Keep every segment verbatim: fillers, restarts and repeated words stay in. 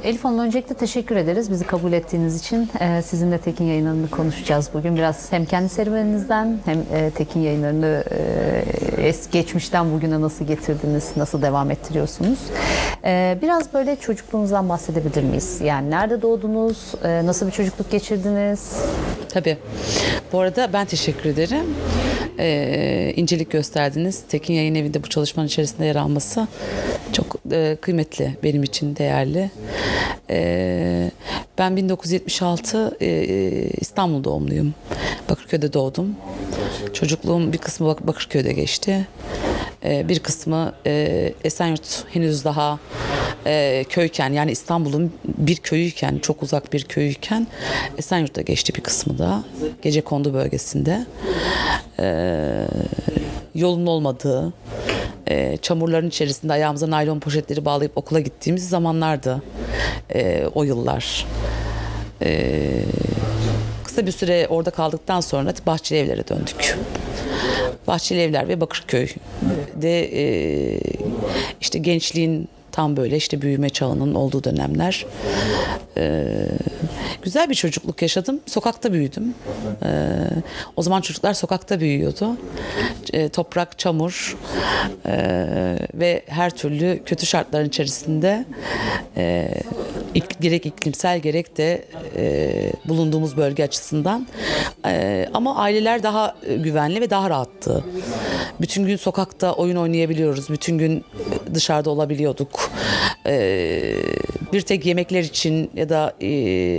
Elif Hanım, öncelikle teşekkür ederiz bizi kabul ettiğiniz için. Ee, sizinle Tekin Yayınları'nı konuşacağız bugün. Biraz hem kendi serüveninizden hem e, Tekin Yayınları'nı e, es geçmişten bugüne nasıl getirdiniz, nasıl devam ettiriyorsunuz? Ee, biraz böyle çocukluğunuzdan bahsedebilir miyiz? Yani nerede doğdunuz, e, nasıl bir çocukluk geçirdiniz? Tabii. Bu arada ben teşekkür ederim. Ee, incelik gösterdiniz. Tekin Yayın Evi'nde bu çalışmanın içerisinde yer alması çok e, kıymetli, benim için değerli. Ee, ben bin dokuz yüz yetmiş altı e, İstanbul doğumluyum. Bakırköy'de doğdum. Çocukluğum bir kısmı Bak- Bakırköy'de geçti. Ee, bir kısmı e, Esenyurt henüz daha e, köyken, yani İstanbul'un bir köyüyken, çok uzak bir köyüyken Esenyurt'ta geçti bir kısmı da. Gecekondu bölgesinde. Ee, yolun olmadığı, e, çamurların içerisinde ayağımıza naylon poşetleri bağlayıp okula gittiğimiz zamanlardı e, o yıllar. E, kısa bir süre orada kaldıktan sonra Bahçeli Evler'e döndük. Bahçeli Evler ve Bakırköy'de e, işte gençliğin tam böyle işte büyüme çağının olduğu dönemler. Ee, güzel bir çocukluk yaşadım. Sokakta büyüdüm. Ee, o zaman çocuklar sokakta büyüyordu. Ee, toprak, çamur ee, ve her türlü kötü şartların içerisinde e, ik, gerek iklimsel gerek de e, bulunduğumuz bölge açısından. E, ama aileler daha güvenli ve daha rahattı. Bütün gün sokakta oyun oynayabiliyoruz. Bütün gün dışarıda olabiliyorduk. Ee, bir tek yemekler için ya da e,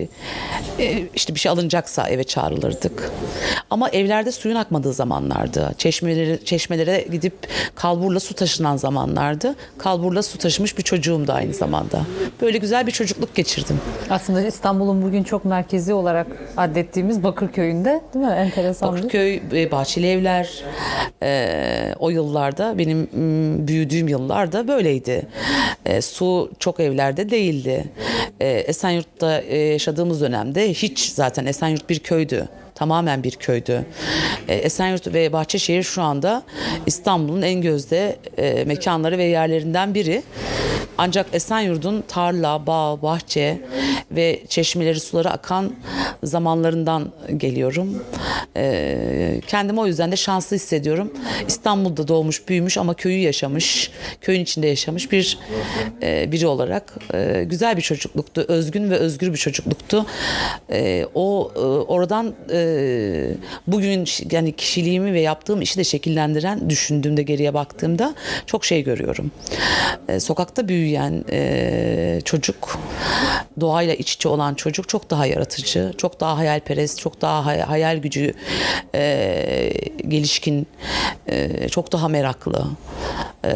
e, işte bir şey alınacaksa eve çağrılırdık. Ama evlerde suyun akmadığı zamanlardı. Çeşmeleri, çeşmelere gidip kalburla su taşınan zamanlardı. Kalburla su taşımış bir çocuğum da aynı zamanda. Böyle güzel bir çocukluk geçirdim. Aslında İstanbul'un bugün çok merkezi olarak adettiğimiz Bakırköy'ünde, değil mi? Enteresan. Bakırköy, Bahçeli Evler e, o yıllarda, benim m, büyüdüğüm yıllarda böyleydi. E, su çok evlerde değildi. E, Esenyurt'ta e, yaşadığımız dönemde hiç, zaten Esenyurt bir köydü. Tamamen bir köydü. E, Esenyurt ve Bahçeşehir şu anda İstanbul'un en gözde e, mekanları ve yerlerinden biri. Ancak Esenyurt'un tarla, bağ, bahçe ve çeşmeleri, suları akan zamanlarından geliyorum. Ee, kendimi o yüzden de şanslı hissediyorum. İstanbul'da doğmuş, büyümüş ama köyü yaşamış, köyün içinde yaşamış bir e, biri olarak e, güzel bir çocukluktu. Özgün ve özgür bir çocukluktu. E, o e, oradan e, bugün yani kişiliğimi ve yaptığım işi de şekillendiren, düşündüğümde, geriye baktığımda çok şey görüyorum. E, sokakta büyüyen e, çocuk, doğayla iç içe olan çocuk çok daha yaratıcı, çok daha hayalperest, çok daha hay- hayal gücü e, gelişkin, e, çok daha meraklı. E,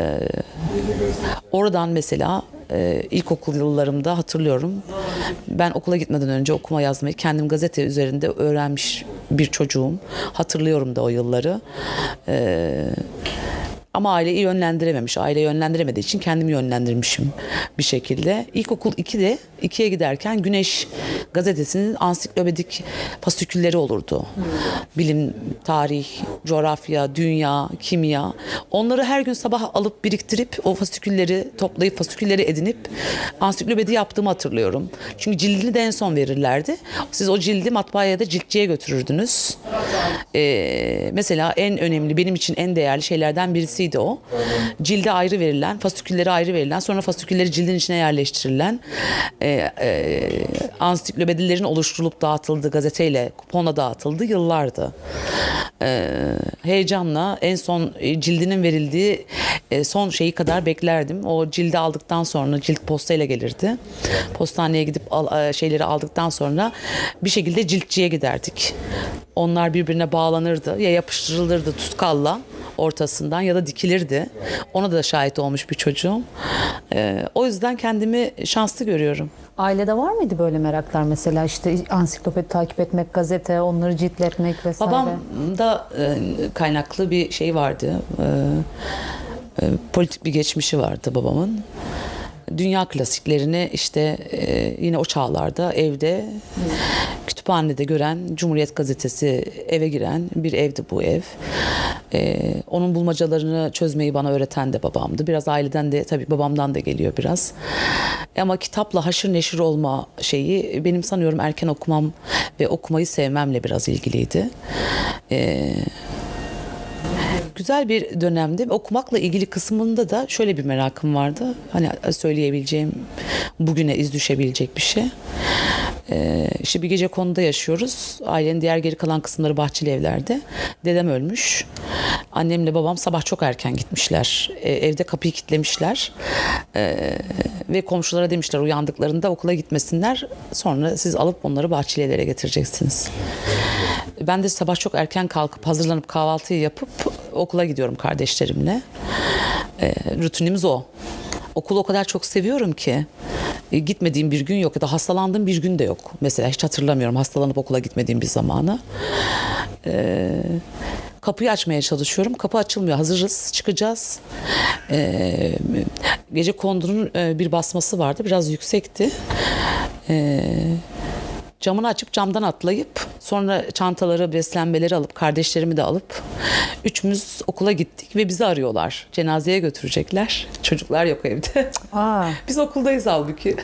oradan mesela e, ilkokul yıllarımda hatırlıyorum. Ben okula gitmeden önce okuma yazmayı kendim gazete üzerinde öğrenmiş bir çocuğum. Hatırlıyorum da o yılları. E, Ama aileyi yönlendirememiş. Aile yönlendiremediği için kendimi yönlendirmişim bir şekilde. İlkokul ikide, ikiye giderken Güneş gazetesinin ansiklopedik fasikülleri olurdu. Hmm. Bilim, tarih, coğrafya, dünya, kimya. Onları her gün sabah alıp biriktirip o fasikülleri toplayıp fasikülleri edinip ansiklopedi yaptığımı hatırlıyorum. Çünkü cildini de en son verirlerdi. Siz o cildi matbaaya ya da ciltçiye götürürdünüz. Ee, mesela en önemli, benim için en değerli şeylerden birisi o. Cilde ayrı verilen, fasikülleri ayrı verilen, sonra fasikülleri cildin içine yerleştirilen e, e, ansiklopedilerin oluşturulup dağıtıldığı, gazeteyle, kuponla dağıtıldığı yıllardı. E, heyecanla en son cildinin verildiği e, son şeyi kadar beklerdim. O cildi aldıktan sonra, cilt postayla gelirdi. Postaneye gidip al, şeyleri aldıktan sonra bir şekilde ciltçiye giderdik. Onlar birbirine bağlanırdı, ya yapıştırılırdı tutkalla ortasından ya da dikilirdi. Ona da şahit olmuş bir çocuğum. Ee, o yüzden kendimi şanslı görüyorum. Ailede var mıydı böyle meraklar, mesela işte ansiklopedi takip etmek, gazete, onları ciltletmek vesaire? Babamda e, kaynaklı bir şey vardı. E, e, politik bir geçmişi vardı babamın. Dünya klasiklerini işte e, yine o çağlarda evde, hmm. kütüphanede gören, Cumhuriyet Gazetesi eve giren bir evdi bu ev. Ee, onun bulmacalarını çözmeyi bana öğreten de babamdı. Biraz aileden de tabii babamdan da geliyor biraz. Ama kitapla haşır neşir olma şeyi benim sanıyorum erken okumam ve okumayı sevmemle biraz ilgiliydi. Ee, Güzel bir dönemdi. Okumakla ilgili kısmında da şöyle bir merakım vardı. Hani söyleyebileceğim, bugüne iz düşebilecek bir şey. Ee, işte bir gece konuda yaşıyoruz. Ailenin diğer geri kalan kısımları bahçeli evlerde. Dedem ölmüş. Annemle babam sabah çok erken gitmişler. Ee, evde kapıyı kilitlemişler. Ee, ve komşulara demişler uyandıklarında okula gitmesinler. Sonra siz alıp onları bahçeli evlere getireceksiniz. Ben de sabah çok erken kalkıp hazırlanıp kahvaltıyı yapıp okula gidiyorum kardeşlerimle. E, rutinimiz o. Okulu o kadar çok seviyorum ki e, gitmediğim bir gün yok ya da hastalandığım bir gün de yok. Mesela hiç hatırlamıyorum hastalanıp okula gitmediğim bir zamanı. E, kapıyı açmaya çalışıyorum. Kapı açılmıyor. Hazırız. Çıkacağız. E, Gecekondunun e, bir basması vardı. Biraz yüksekti. E, Camını açıp camdan atlayıp sonra çantaları, beslenmeleri alıp kardeşlerimi de alıp üçümüz okula gittik ve bizi arıyorlar. Cenazeye götürecekler. Çocuklar yok evde. Aa. Biz okuldayız halbuki.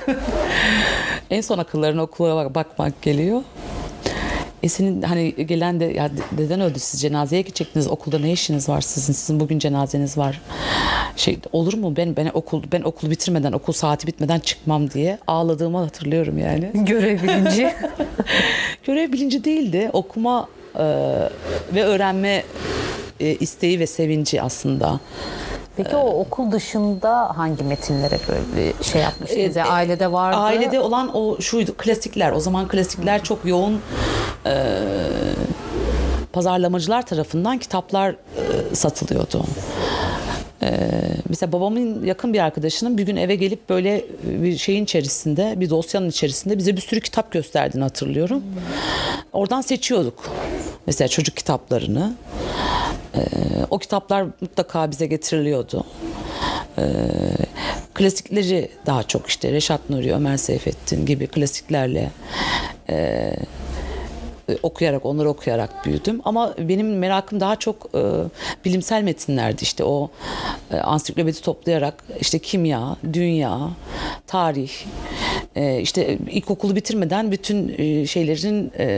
En son akıllarına okula bakmak geliyor. E senin hani gelen de ya deden öldü siz cenazeye gidecektiniz okulda ne işiniz var sizin sizin bugün cenazeniz var şey olur mu ben ben okul ben okulu bitirmeden okul saati bitmeden çıkmam diye ağladığımı hatırlıyorum yani. Görev bilinci. Görev bilinci değildi okuma e, ve öğrenme e, isteği ve sevinci aslında. Peki o okul dışında hangi metinlere böyle bir şey yapmıştınız? E, Yani ailede vardı. Ailede olan o şuydu klasikler o zaman klasikler çok yoğun e, pazarlamacılar tarafından kitaplar e, satılıyordu. Ee, mesela babamın yakın bir arkadaşının bir gün eve gelip böyle bir şeyin içerisinde, bir dosyanın içerisinde bize bir sürü kitap gösterdiğini hatırlıyorum. Oradan seçiyorduk. Mesela çocuk kitaplarını. Ee, o kitaplar mutlaka bize getiriliyordu. Ee, klasikleri daha çok işte Reşat Nuri, Ömer Seyfettin gibi klasiklerle e, okuyarak, onları okuyarak büyüdüm. Ama benim merakım daha çok e, bilimsel metinlerdi. İşte o e, ansiklopedi toplayarak işte kimya, dünya, tarih, e, işte ilkokulu bitirmeden bütün e, şeylerin e,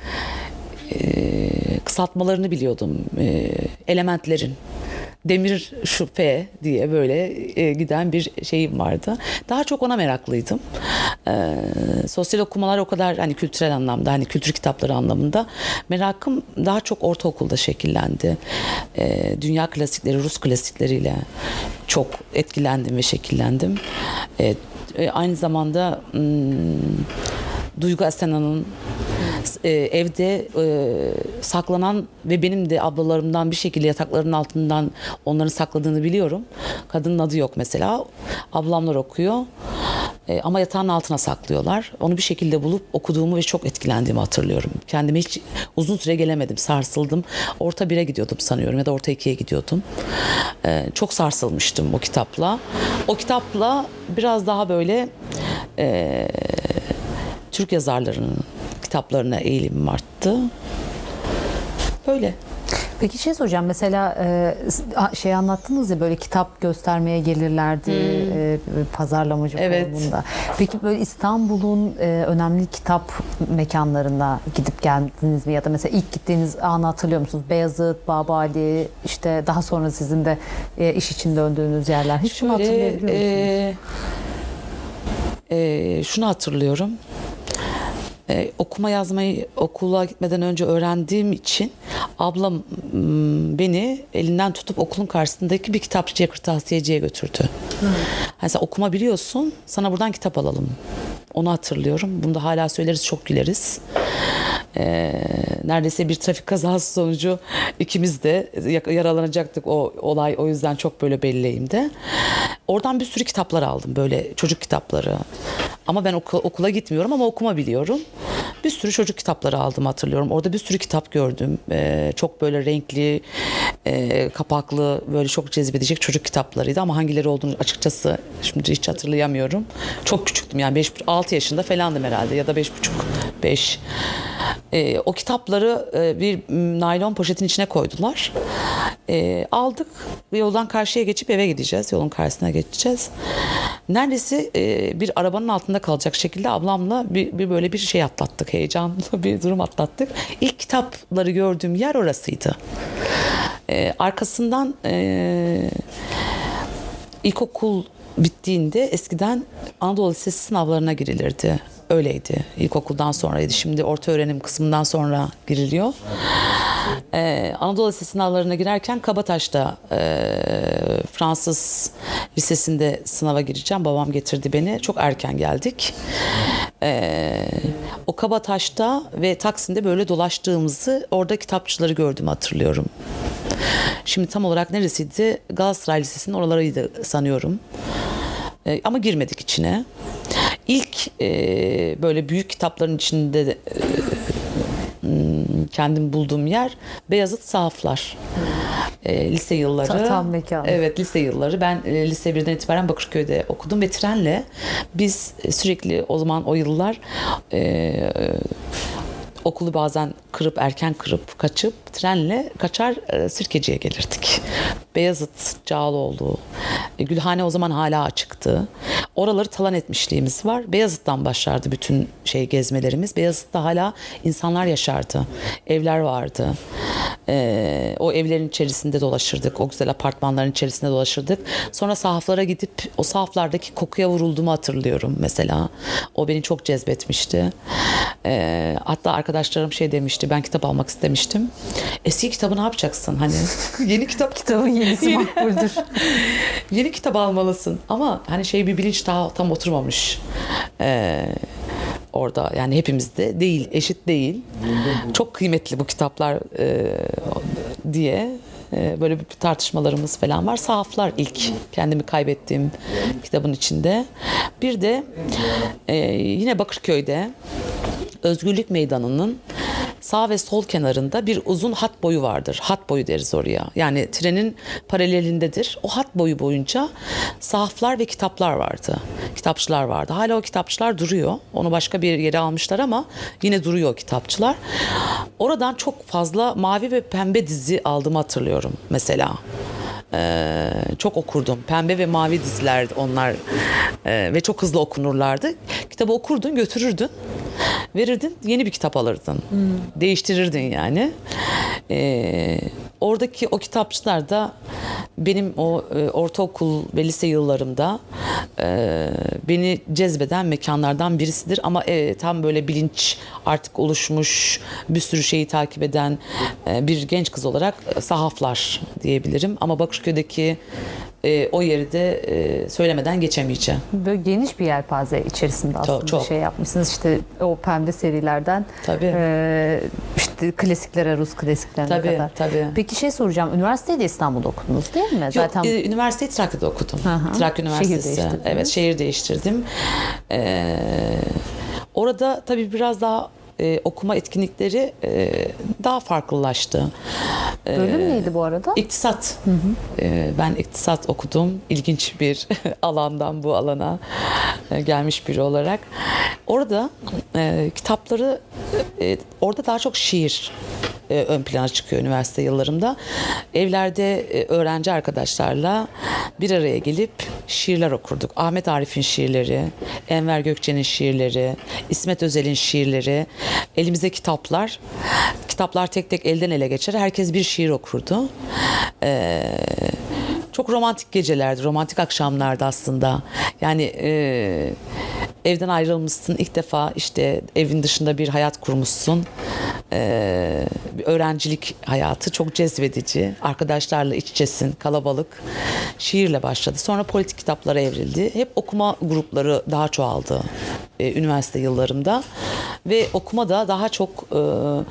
e, kısaltmalarını biliyordum. E, elementlerin. Demir şüphe diye böyle e, giden bir şeyim vardı. Daha çok ona meraklıydım. E, sosyal okumalar o kadar hani kültürel anlamda, hani kültür kitapları anlamında merakım daha çok ortaokulda şekillendi. E, dünya klasikleri, Rus klasikleriyle çok etkilendim ve şekillendim. E, e, aynı zamanda hmm, Duygu Asena'nın e, evde e, saklanan ve benim de ablalarımdan bir şekilde yatakların altından onların sakladığını biliyorum. Kadının adı yok mesela. Ablamlar okuyor. E, ama yatağın altına saklıyorlar. Onu bir şekilde bulup okuduğumu ve çok etkilendiğimi hatırlıyorum. Kendime hiç uzun süre gelemedim. Sarsıldım. Orta bire gidiyordum sanıyorum ya da orta ikiye gidiyordum. E, çok sarsılmıştım o kitapla. O kitapla biraz daha böyle e, Türk yazarlarının kitaplarına eğilimim arttı. Böyle. Peki şey soracağım mesela e, şey anlattınız ya böyle kitap göstermeye gelirlerdi hmm. e, pazarlamacı evet. formunda. Peki böyle İstanbul'un e, önemli kitap mekanlarına gidip geldiniz mi ya da mesela ilk gittiğiniz anı hatırlıyor musunuz? Beyazıt, Babali işte daha sonra sizin de e, iş için döndüğünüz yerler. Hiç Şöyle, bunu hatırlayabiliyor musunuz? E, e, şunu hatırlıyorum. Ee, okuma yazmayı okula gitmeden önce öğrendiğim için ablam m, beni elinden tutup okulun karşısındaki bir kitapçıya, kırtasiyeciye götürdü. Hmm. Hani sen okuma biliyorsun, sana buradan kitap alalım. Onu hatırlıyorum. Bunu da hala söyleriz, çok güleriz. Ee, neredeyse bir trafik kazası sonucu ikimiz de yaralanacaktık o olay, o yüzden çok böyle belliyimdi. Oradan bir sürü kitaplar aldım, böyle çocuk kitapları. Ama ben okula, okula gitmiyorum ama okuma biliyorum. Bir sürü çocuk kitapları aldım hatırlıyorum. Orada bir sürü kitap gördüm. Ee, çok böyle renkli, e, kapaklı, böyle çok cezbedecek çocuk kitaplarıydı. Ama hangileri olduğunu açıkçası şimdi hiç hatırlayamıyorum. Çok küçüktüm yani beş altı yaşında falandım herhalde ya da beş buçuk beş. E, o kitapları e, bir naylon poşetin içine koydular. E, aldık ve yoldan karşıya geçip eve gideceğiz. Yolun karşısına geçeceğiz. Neredeyse e, bir arabanın altında kalacak şekilde ablamla bir, bir böyle bir şey atlattık. Heyecanlı bir durum atlattık. İlk kitapları gördüğüm yer orasıydı. E, arkasından e, ilkokul bittiğinde eskiden Anadolu Lisesi sınavlarına girilirdi. Öyleydi. İlkokuldan sonraydı. Şimdi orta öğrenim kısmından sonra giriliyor. Ee, Anadolu Lisesi sınavlarına girerken Kabataş'ta e, Fransız Lisesi'nde sınava gireceğim. Babam getirdi beni. Çok erken geldik. Ee, o Kabataş'ta ve Taksim'de böyle dolaştığımızı, orada kitapçıları gördüğümü hatırlıyorum. Şimdi tam olarak neresiydi? Galatasaray Lisesi'nin oralarıydı sanıyorum. Ee, ama girmedik içine. İlk e, böyle büyük kitapların içinde de, e, kendim bulduğum yer Beyazıt Sahaflar. E, lise yılları. Tam mekanı. Evet, lise yılları. Ben e, lise birden itibaren Bakırköy'de okudum ve trenle biz sürekli o zaman o yıllar e, okulu bazen kırıp erken kırıp kaçıp trenle kaçar e, Sirkeci'ye gelirdik. Beyazıt, Cağaloğlu, e, Gülhane o zaman hala açıktı. Oraları talan etmişliğimiz var. Beyazıt'tan başlardı bütün şey gezmelerimiz. Beyazıt'ta hala insanlar yaşardı. Evler vardı. E, o evlerin içerisinde dolaşırdık. O güzel apartmanların içerisinde dolaşırdık. Sonra sahaflara gidip o sahaflardaki kokuya vurulduğumu hatırlıyorum mesela. O beni çok cezbetmişti. E, hatta arkadaşlarım şey demişti. Ben kitap almak istemiştim. Eski kitabı ne yapacaksın? Hani yeni kitap Kitabın yenisi makbuldür. yeni kitap almalısın. Ama hani şey bir bilinç daha tam oturmamış. Ee, orada yani hepimizde değil, eşit değil. Çok kıymetli bu kitaplar e, diye e, böyle bir tartışmalarımız falan var. Sahaflar ilk kendimi kaybettiğim kitabın içinde. Bir de e, yine Bakırköy'de Özgürlük Meydanı'nın sağ ve sol kenarında bir uzun hat boyu vardır. Hat boyu deriz oraya. Yani trenin paralelindedir. O hat boyu boyunca sahaflar ve kitaplar vardı. Kitapçılar vardı. Hala o kitapçılar duruyor. Onu başka bir yere almışlar ama yine duruyor o kitapçılar. Oradan çok fazla mavi ve pembe dizi aldığımı hatırlıyorum mesela. Ee, çok okurdum. Pembe ve mavi dizilerdi onlar ee, ve çok hızlı okunurlardı. Kitabı okurdun, götürürdün, verirdin, yeni bir kitap alırdın. Hmm. Değiştirirdin yani. Ee, oradaki o kitapçılar da benim o e, ortaokul ve lise yıllarımda e, beni cezbeden mekanlardan birisidir. Ama e, tam böyle bilinç artık oluşmuş, bir sürü şeyi takip eden e, bir genç kız olarak e, sahaflar diyebilirim. Ama Bakırköy'deki e, o yeri de e, söylemeden geçemeyeceğim. Böyle geniş bir yelpaze içerisinde aslında çok, çok. şey yapmışsınız. İşte o pembe serilerden tabii. E, işte klasiklere, Rus klasiklerine tabii, kadar. Tabii. Peki şey soracağım. Üniversiteyi de İstanbul'da okudunuz değil mi? Yok, Zaten e, üniversiteyi Trakya'da okudum. Hı hı. Trakya Üniversitesi. Şehir evet, şehir değiştirdim. Ee, orada tabii biraz daha e, okuma etkinlikleri e, daha farklılaştı. Bölüm ee, neydi bu arada? İktisat. Hı hı. Ee, ben iktisat okudum. İlginç bir alandan bu alana e, gelmiş biri olarak. Orada e, kitapları, e, orada daha çok şiir e, ön plana çıkıyor üniversite yıllarımda. Evlerde e, öğrenci arkadaşlarla bir araya gelip şiirler okurduk. Ahmet Arif'in şiirleri, Enver Gökçe'nin şiirleri, İsmet Özel'in şiirleri, elimizde kitaplar. Kitaplar tek tek elden ele geçer. Herkes bir şiir okurdu. Ee, çok romantik gecelerdi, romantik akşamlardı aslında. Yani e, evden ayrılmışsın ilk defa, işte evin dışında bir hayat kurmuşsun. Ee, bir öğrencilik hayatı çok cezbedici. Arkadaşlarla iç içesin, kalabalık. Şiirle başladı. Sonra politik kitaplara evrildi. Hep okuma grupları daha çoğaldı e, üniversite yıllarımda. Ve okuma da daha çok e,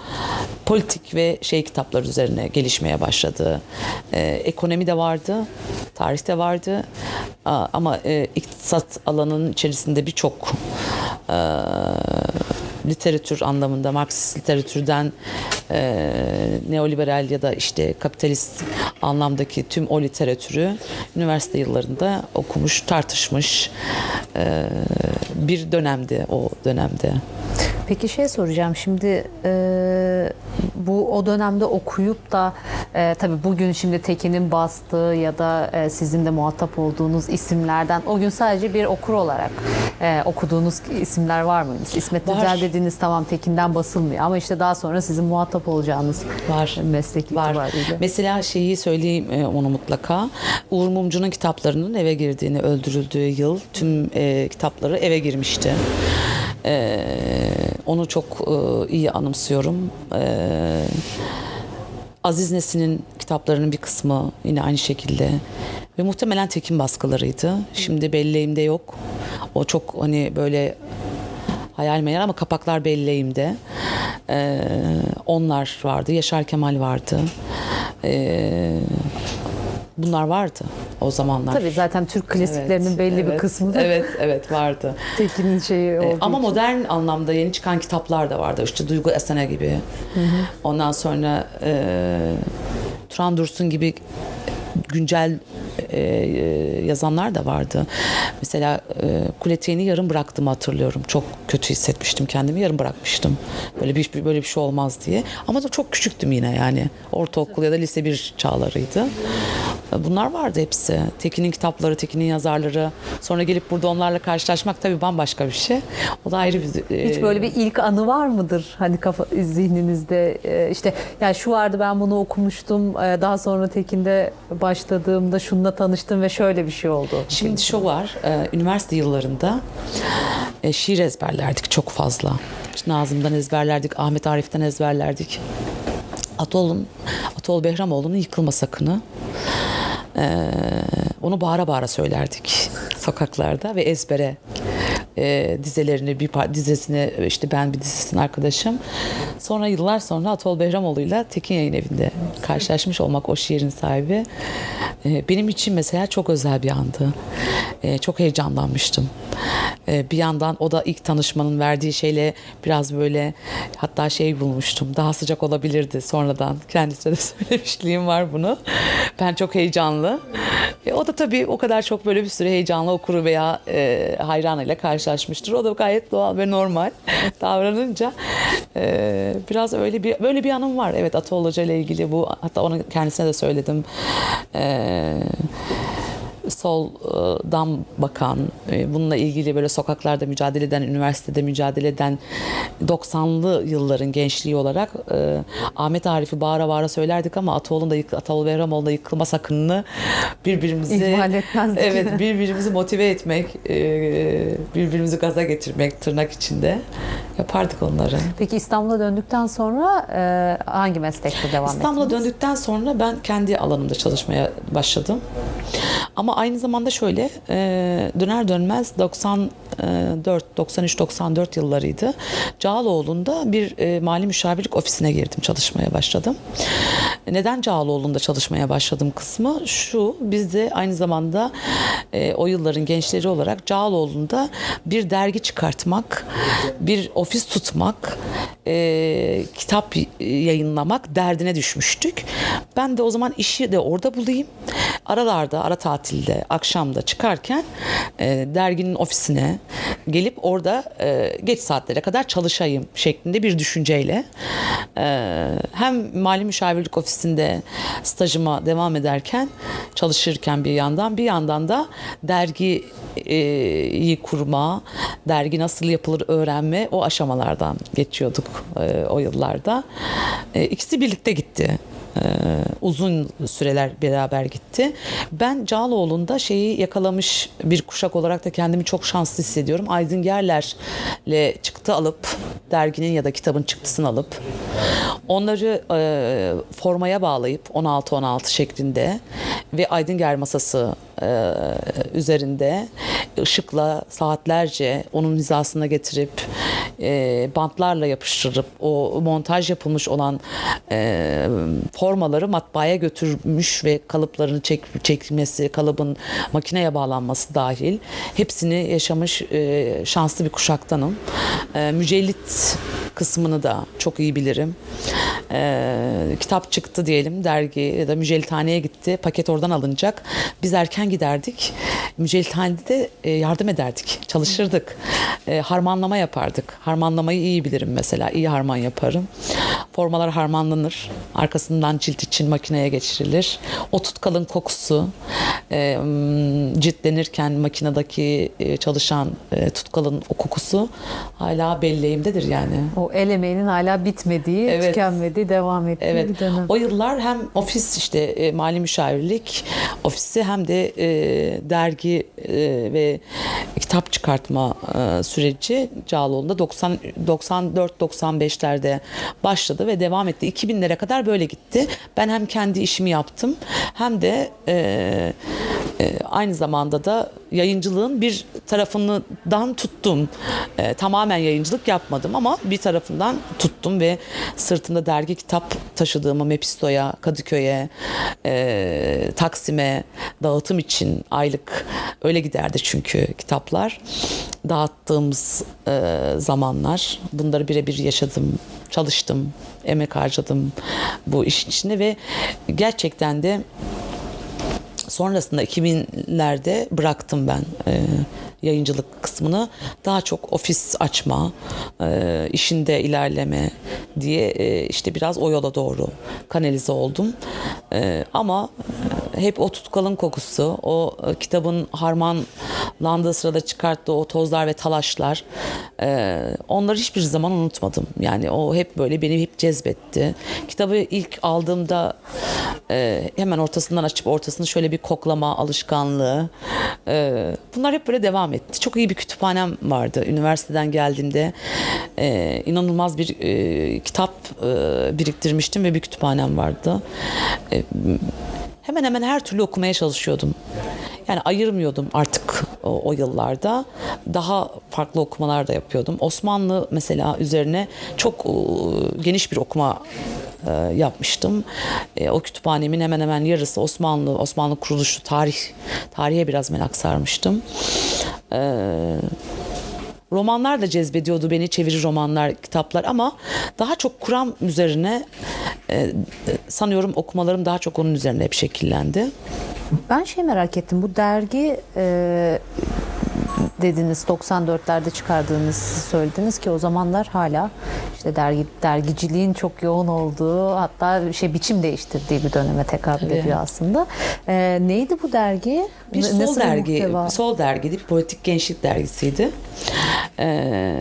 politik ve şey kitaplar üzerine gelişmeye başladı. E, ekonomi de vardı, tarih de vardı. A, ama e, iktisat alanının içerisinde birçok e, literatür anlamında Marksist literatürden e, neoliberal ya da işte kapitalist anlamdaki tüm o literatürü üniversite yıllarında okumuş, tartışmış e, bir dönemdi o dönemde. Peki şey soracağım şimdi, e, bu o dönemde okuyup da e, tabii bugün şimdi Tekin'in bastığı ya da e, sizin de muhatap olduğunuz isimlerden o gün sadece bir okur olarak e, okuduğunuz isimler var mıydı? İsmet Var. Özel dediğiniz tamam Tekin'den basılmıyor ama işte daha sonra sizin muhatap olacağınız Var. meslek Var. itibariyle. Mesela şeyi söyleyeyim e, onu mutlaka. Uğur Mumcu'nun kitaplarının eve girdiğini, öldürüldüğü yıl tüm e, kitapları eve girmişti. E, onu çok e, iyi anımsıyorum. E, Aziz Nesin'in kitaplarının bir kısmı yine aynı şekilde ve muhtemelen Tekin baskılarıydı. Şimdi belleğimde yok. O çok hani böyle hayal meyal ama kapaklar belleğimde. Ee, onlar vardı. Yaşar Kemal vardı. Ee, bunlar vardı o zamanlar. Tabii zaten Türk klasiklerinin Evet, belli bir evet, kısmı da Evet, evet vardı. Tekin'in şeyi olduğu Ee, ama için. modern anlamda yeni çıkan kitaplar da vardı. İşte Duygu Esene gibi. Hı hı. Ondan sonra e, Turan Dursun gibi güncel e, yazanlar da vardı. Mesela e, Kuleteyn'i yarım bıraktığımı hatırlıyorum. Çok kötü hissetmiştim kendimi. Yarım bırakmıştım. Böyle bir böyle bir şey olmaz diye. Ama da çok küçüktüm yine yani. Ortaokul ya da lise bir çağlarıydı. Bunlar vardı hepsi. Tekin'in kitapları, Tekin'in yazarları. Sonra gelip burada onlarla karşılaşmak tabii bambaşka bir şey. O da ayrı bir... E, Hiç böyle bir ilk anı var mıdır? Hani kafa zihninizde e, işte yani şu vardı ben bunu okumuştum. e, Daha sonra Tekin'de başladığımda şununla tanıştım ve şöyle bir şey oldu. Şimdi şu var, e, üniversite yıllarında e, şiir ezberlerdik çok fazla. İşte Nazım'dan ezberlerdik, Ahmet Arif'ten ezberlerdik. Atol'un, Atol Behramoğlu'nun Yıkılma Sakını. E, onu bağıra bağıra söylerdik sokaklarda ve ezbere. E, dizelerini bir par- dizesine işte ben bir dizesinin arkadaşım. Sonra yıllar sonra Atol Behramoğlu'yla Tekin Yayın Evi'nde karşılaşmış olmak, o şiirin sahibi e, benim için mesela çok özel bir andı. E, çok heyecanlanmıştım. E, bir yandan o da ilk tanışmanın verdiği şeyle biraz böyle hatta şey bulmuştum. Daha sıcak olabilirdi sonradan. Kendisine de söylemişliğim var bunu. Ben çok heyecanlı. E, o da tabii o kadar çok böyle bir sürü heyecanlı okuru veya e, hayranıyla karşılaşmıştır. O da gayet doğal ve normal davranınca e, biraz öyle bir böyle bir anım var. Evet, Atol Hoca ile ilgili bu, hatta onu kendisine de söyledim. Eee soldan bakan, bununla ilgili böyle sokaklarda mücadele eden, üniversitede mücadele eden doksanlı yılların gençliği olarak e, Ahmet Arif'i bağıra bağıra söylerdik ama Atol'un da Atol Behramoğlu'nun da Yıkılma Sakını'nı birbirimizi İhmal etmezdik. Evet, birbirimizi motive etmek, e, birbirimizi gaza getirmek tırnak içinde yapardık onları. Peki İstanbul'a döndükten sonra e, hangi meslekte devam ettiniz? İstanbul'a döndükten sonra ben kendi alanımda çalışmaya başladım. Ama aynı zamanda şöyle e, döner dönmez doksan dört, doksan üç, doksan dört yıllarıydı. Cağaloğlu'nda bir e, mali müşavirlik ofisine girdim, çalışmaya başladım. Neden Cağaloğlu'nda çalışmaya başladım kısmı şu: biz de aynı zamanda e, o yılların gençleri olarak Cağaloğlu'nda bir dergi çıkartmak, bir ofis tutmak, e, kitap yayınlamak derdine düşmüştük. Ben de o zaman işi de orada bulayım. Aralarda, ara tatilde, akşamda çıkarken e, derginin ofisine gelip orada e, geç saatlere kadar çalışayım şeklinde bir düşünceyle e, hem mali müşavirlik ofisinde stajıma devam ederken, çalışırken bir yandan bir yandan da dergiyi kurma, dergi nasıl yapılır öğrenme, o aşamalardan geçiyorduk e, o yıllarda. E, ikisi birlikte gitti. Ee, uzun süreler beraber gitti. Ben Cağaloğlu'nda şeyi yakalamış bir kuşak olarak da kendimi çok şanslı hissediyorum. Aydın Gerler'le çıktı alıp, derginin ya da kitabın çıktısını alıp onları e, formaya bağlayıp on altı on altı şeklinde ve Aydın Ger masası e, üzerinde ışıkla saatlerce onun hizasına getirip e, bantlarla yapıştırıp o montaj yapılmış olan e, formaları matbaaya götürmüş ve kalıplarını çek, çekmesi, kalıbın makineye bağlanması dahil hepsini yaşamış e, şanslı bir kuşaktanım. E, mücellit kısmını da çok iyi bilirim. E, kitap çıktı diyelim, dergi ya da mücellithaneye gitti, paket oradan alınacak. Biz erken giderdik. Mücellithanede de e, yardım ederdik, çalışırdık. E, harmanlama yapardık. Harmanlamayı iyi bilirim mesela, iyi harman yaparım. Formalar harmanlanır. Arkasından cilt için makineye geçirilir. O tutkalın kokusu, e, ciltlenirken makinedeki e, çalışan e, tutkalın o kokusu hala belleğimdedir yani. O el emeğinin hala bitmediği, Evet. tükenmediği, devam ettiği Evet. bir dönem. O yıllar hem ofis işte e, mali müşavirlik ofisi hem de e, dergi e, ve kitap çıkartma e, süreci Cağaloğlu'nda doksan doksan dört doksan beşlerde başladı ve devam etti. iki binlere kadar böyle gitti. Ben hem kendi işimi yaptım hem de e, e, aynı zamanda da yayıncılığın bir tarafından tuttum. E, tamamen yayıncılık yapmadım ama bir tarafından tuttum ve sırtımda dergi kitap taşıdığımı Mepisto'ya, Kadıköy'e, e, Taksim'e dağıtım için aylık öyle giderdi çünkü kitaplar. Dağıttığımız e, zamanlar bunları birebir yaşadım, çalıştım, emek harcadım bu işin içinde ve gerçekten de sonrasında iki binlerde bıraktım ben e, yayıncılık kısmını. Daha çok ofis açma, e, işinde ilerleme diye e, işte biraz o yola doğru kanalize oldum. E, ama hep o tutkalın kokusu, o e, kitabın harmanlandığı sırada çıkarttığı o tozlar ve talaşlar, e, onları hiçbir zaman unutmadım. Yani o hep böyle beni hep cezbetti. Kitabı ilk aldığımda e, hemen ortasından açıp ortasını şöyle bir koklama alışkanlığı. E, bunlar hep böyle devam etti. Çok iyi bir kütüphanem vardı. Üniversiteden geldiğimde e, inanılmaz bir e, kitap e, biriktirmiştim ve bir kütüphanem vardı. E, hemen hemen her türlü okumaya çalışıyordum. Yani ayırmıyordum artık o, o yıllarda. Daha farklı okumalar da yapıyordum. Osmanlı mesela üzerine çok e, geniş bir okuma e, yapmıştım. E, o kütüphanemin hemen hemen yarısı Osmanlı, Osmanlı kuruluşu, tarih, tarihe biraz merak sarmıştım. E, romanlar da cezbediyordu beni, çeviri romanlar, kitaplar ama daha çok Kur'an üzerine e, sanıyorum okumalarım daha çok onun üzerine hep şekillendi. Ben şey merak ettim, bu dergi e, dediniz doksan dörtlerde çıkardığınızı söylediniz ki o zamanlar hala işte dergi dergiciliğin çok yoğun olduğu, hatta şey biçim değiştirdiği bir döneme tekabül Tabii. ediyor aslında. E, neydi bu dergi? Bir N- sol nasıl bir dergi, muhteva? bir sol dergiydi, bir politik gençlik dergisiydi. Ee,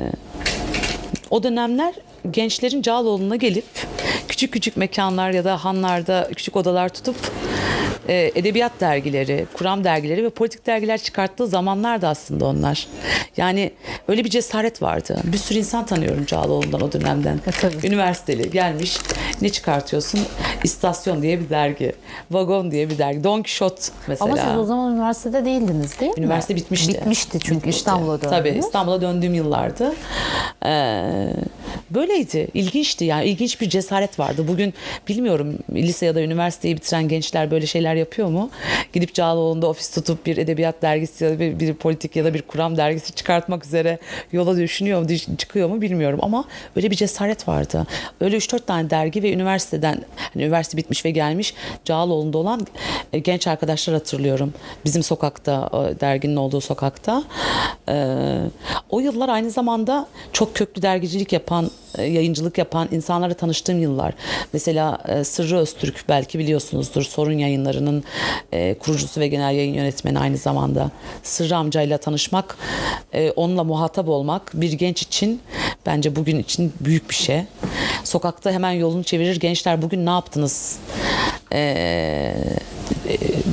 o dönemler gençlerin Cağaloğlu'na gelip küçük küçük mekanlar ya da hanlarda küçük odalar tutup e, edebiyat dergileri, Kur'an dergileri ve politik dergiler çıkarttığı zamanlardı aslında onlar. Yani öyle bir cesaret vardı. Bir sürü insan tanıyorum Cağaloğlu'ndan o dönemden. E, tabii. Üniversiteli gelmiş. Ne çıkartıyorsun? İstasyon diye bir dergi. Vagon diye bir dergi. Don Kişot mesela. Ama siz o zaman üniversitede değildiniz değil mi? Üniversite bitmişti. Bitmişti çünkü Bitmişti. İstanbul'a döndünüz. Tabii İstanbul'a döndüğüm yıllardı. Ee, böyleydi. İlginçti yani. İlginç bir cesaret vardı. Bugün bilmiyorum lise ya da üniversiteyi bitiren gençler böyle şeyler yapıyor mu? Gidip Cağaloğlu'nda ofis tutup bir edebiyat dergisi ya da bir, bir politik ya da bir Kur'an dergisi çıkartmak üzere yola düşünüyor mu, çıkıyor mu bilmiyorum ama öyle bir cesaret vardı. Öyle üç dört tane dergi ve üniversiteden, hani üniversite bitmiş ve gelmiş Cağaloğlu'nda olan genç arkadaşlar hatırlıyorum. Bizim sokakta, derginin olduğu sokakta. Ee, o yıllar aynı zamanda çok köklü dergicilik yapan, yayıncılık yapan insanlarla tanıştığım yıllar. Mesela Sırrı Öztürk, belki biliyorsunuzdur, Sorun Yayınları'nın kurucusu ve genel yayın yönetmeni aynı zamanda. Sırrı amcayla tanışmak, onunla muhatap olmak bir genç için bence bugün için büyük bir şey. Sokakta hemen yolunu çevirir gençler, bugün ne yaptınız? Ee,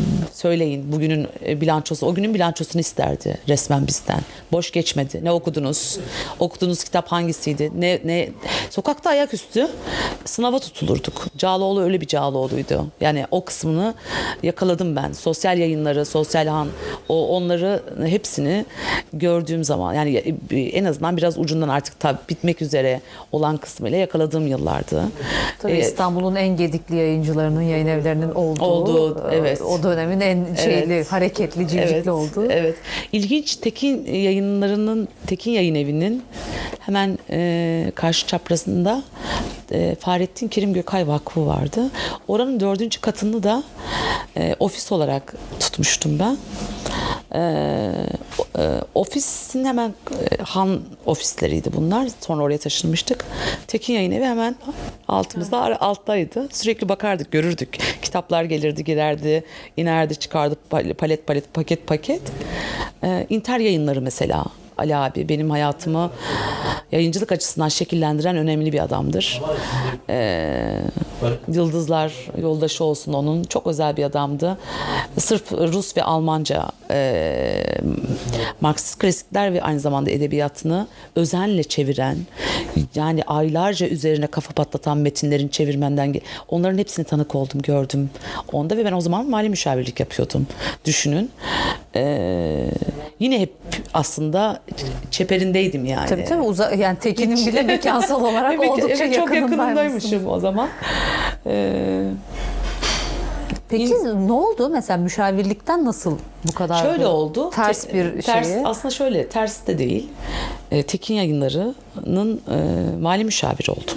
söyleyin bugünün e, bilançosu. O günün bilançosunu isterdi resmen bizden. Boş geçmedi. Ne okudunuz? Okuduğunuz kitap hangisiydi? Ne ne sokakta ayaküstü sınava tutulurduk. Cağaloğlu öyle bir Cağaloğlu'ydu. Yani o kısmını yakaladım ben. Sosyal yayınları, sosyal han, o onları hepsini gördüğüm zaman yani en azından biraz ucundan artık tabii bitmek üzere olan kısmıyla yakaladığım yıllardı. Tabii Ee, İstanbul'un en gedikli yayıncılarının, yayın evlerinin olduğu, Olduğu, evet. o dönemin en şeyli, Evet. hareketli, civcikli Evet, olduğu. evet. İlginç, Tekin yayınlarının, Tekin Yayın Evi'nin hemen e, karşı çaprazında e, Fahrettin Kerim Gökay Vakfı vardı. Oranın dördüncü katını da e, ofis olarak tutmuştum ben. E, e, ofisin hemen e, han ofisleriydi bunlar. Sonra oraya taşınmıştık. Tekin Yayın Evi hemen altımızda, evet. Alttaydı. Sürekli bakardık, görürdük. Kitaplar gelirdi, girerdi, inerdi, çıkardı palet palet, paket paket. E, İnter Yayınları mesela. Ali abi benim hayatımı yayıncılık açısından şekillendiren önemli bir adamdır. Ee, Yıldızlar yoldaşı olsun onun. Çok özel bir adamdı. Sırf Rus ve Almanca e, Marksist klasikler ve aynı zamanda edebiyatını özenle çeviren, yani aylarca üzerine kafa patlatan metinlerin çevirmenden onların hepsini tanık oldum, gördüm onda ve ben o zaman mali müşavirlik yapıyordum. Düşünün. Ee, yine hep aslında çeperindeydim yani. Tabii tabii uza, yani Tekin'in bile mekansal olarak evet, oldukça evet, çok yakınındaymışsın. yakınındaymışım o zaman. Ee, Peki in... ne oldu? Mesela müşavirlikten nasıl bu kadar şöyle oldu. Ters bir ters, şeyi? Aslında şöyle, ters de değil. E, Tekin Yayınları'nın e, mali müşaviri oldum.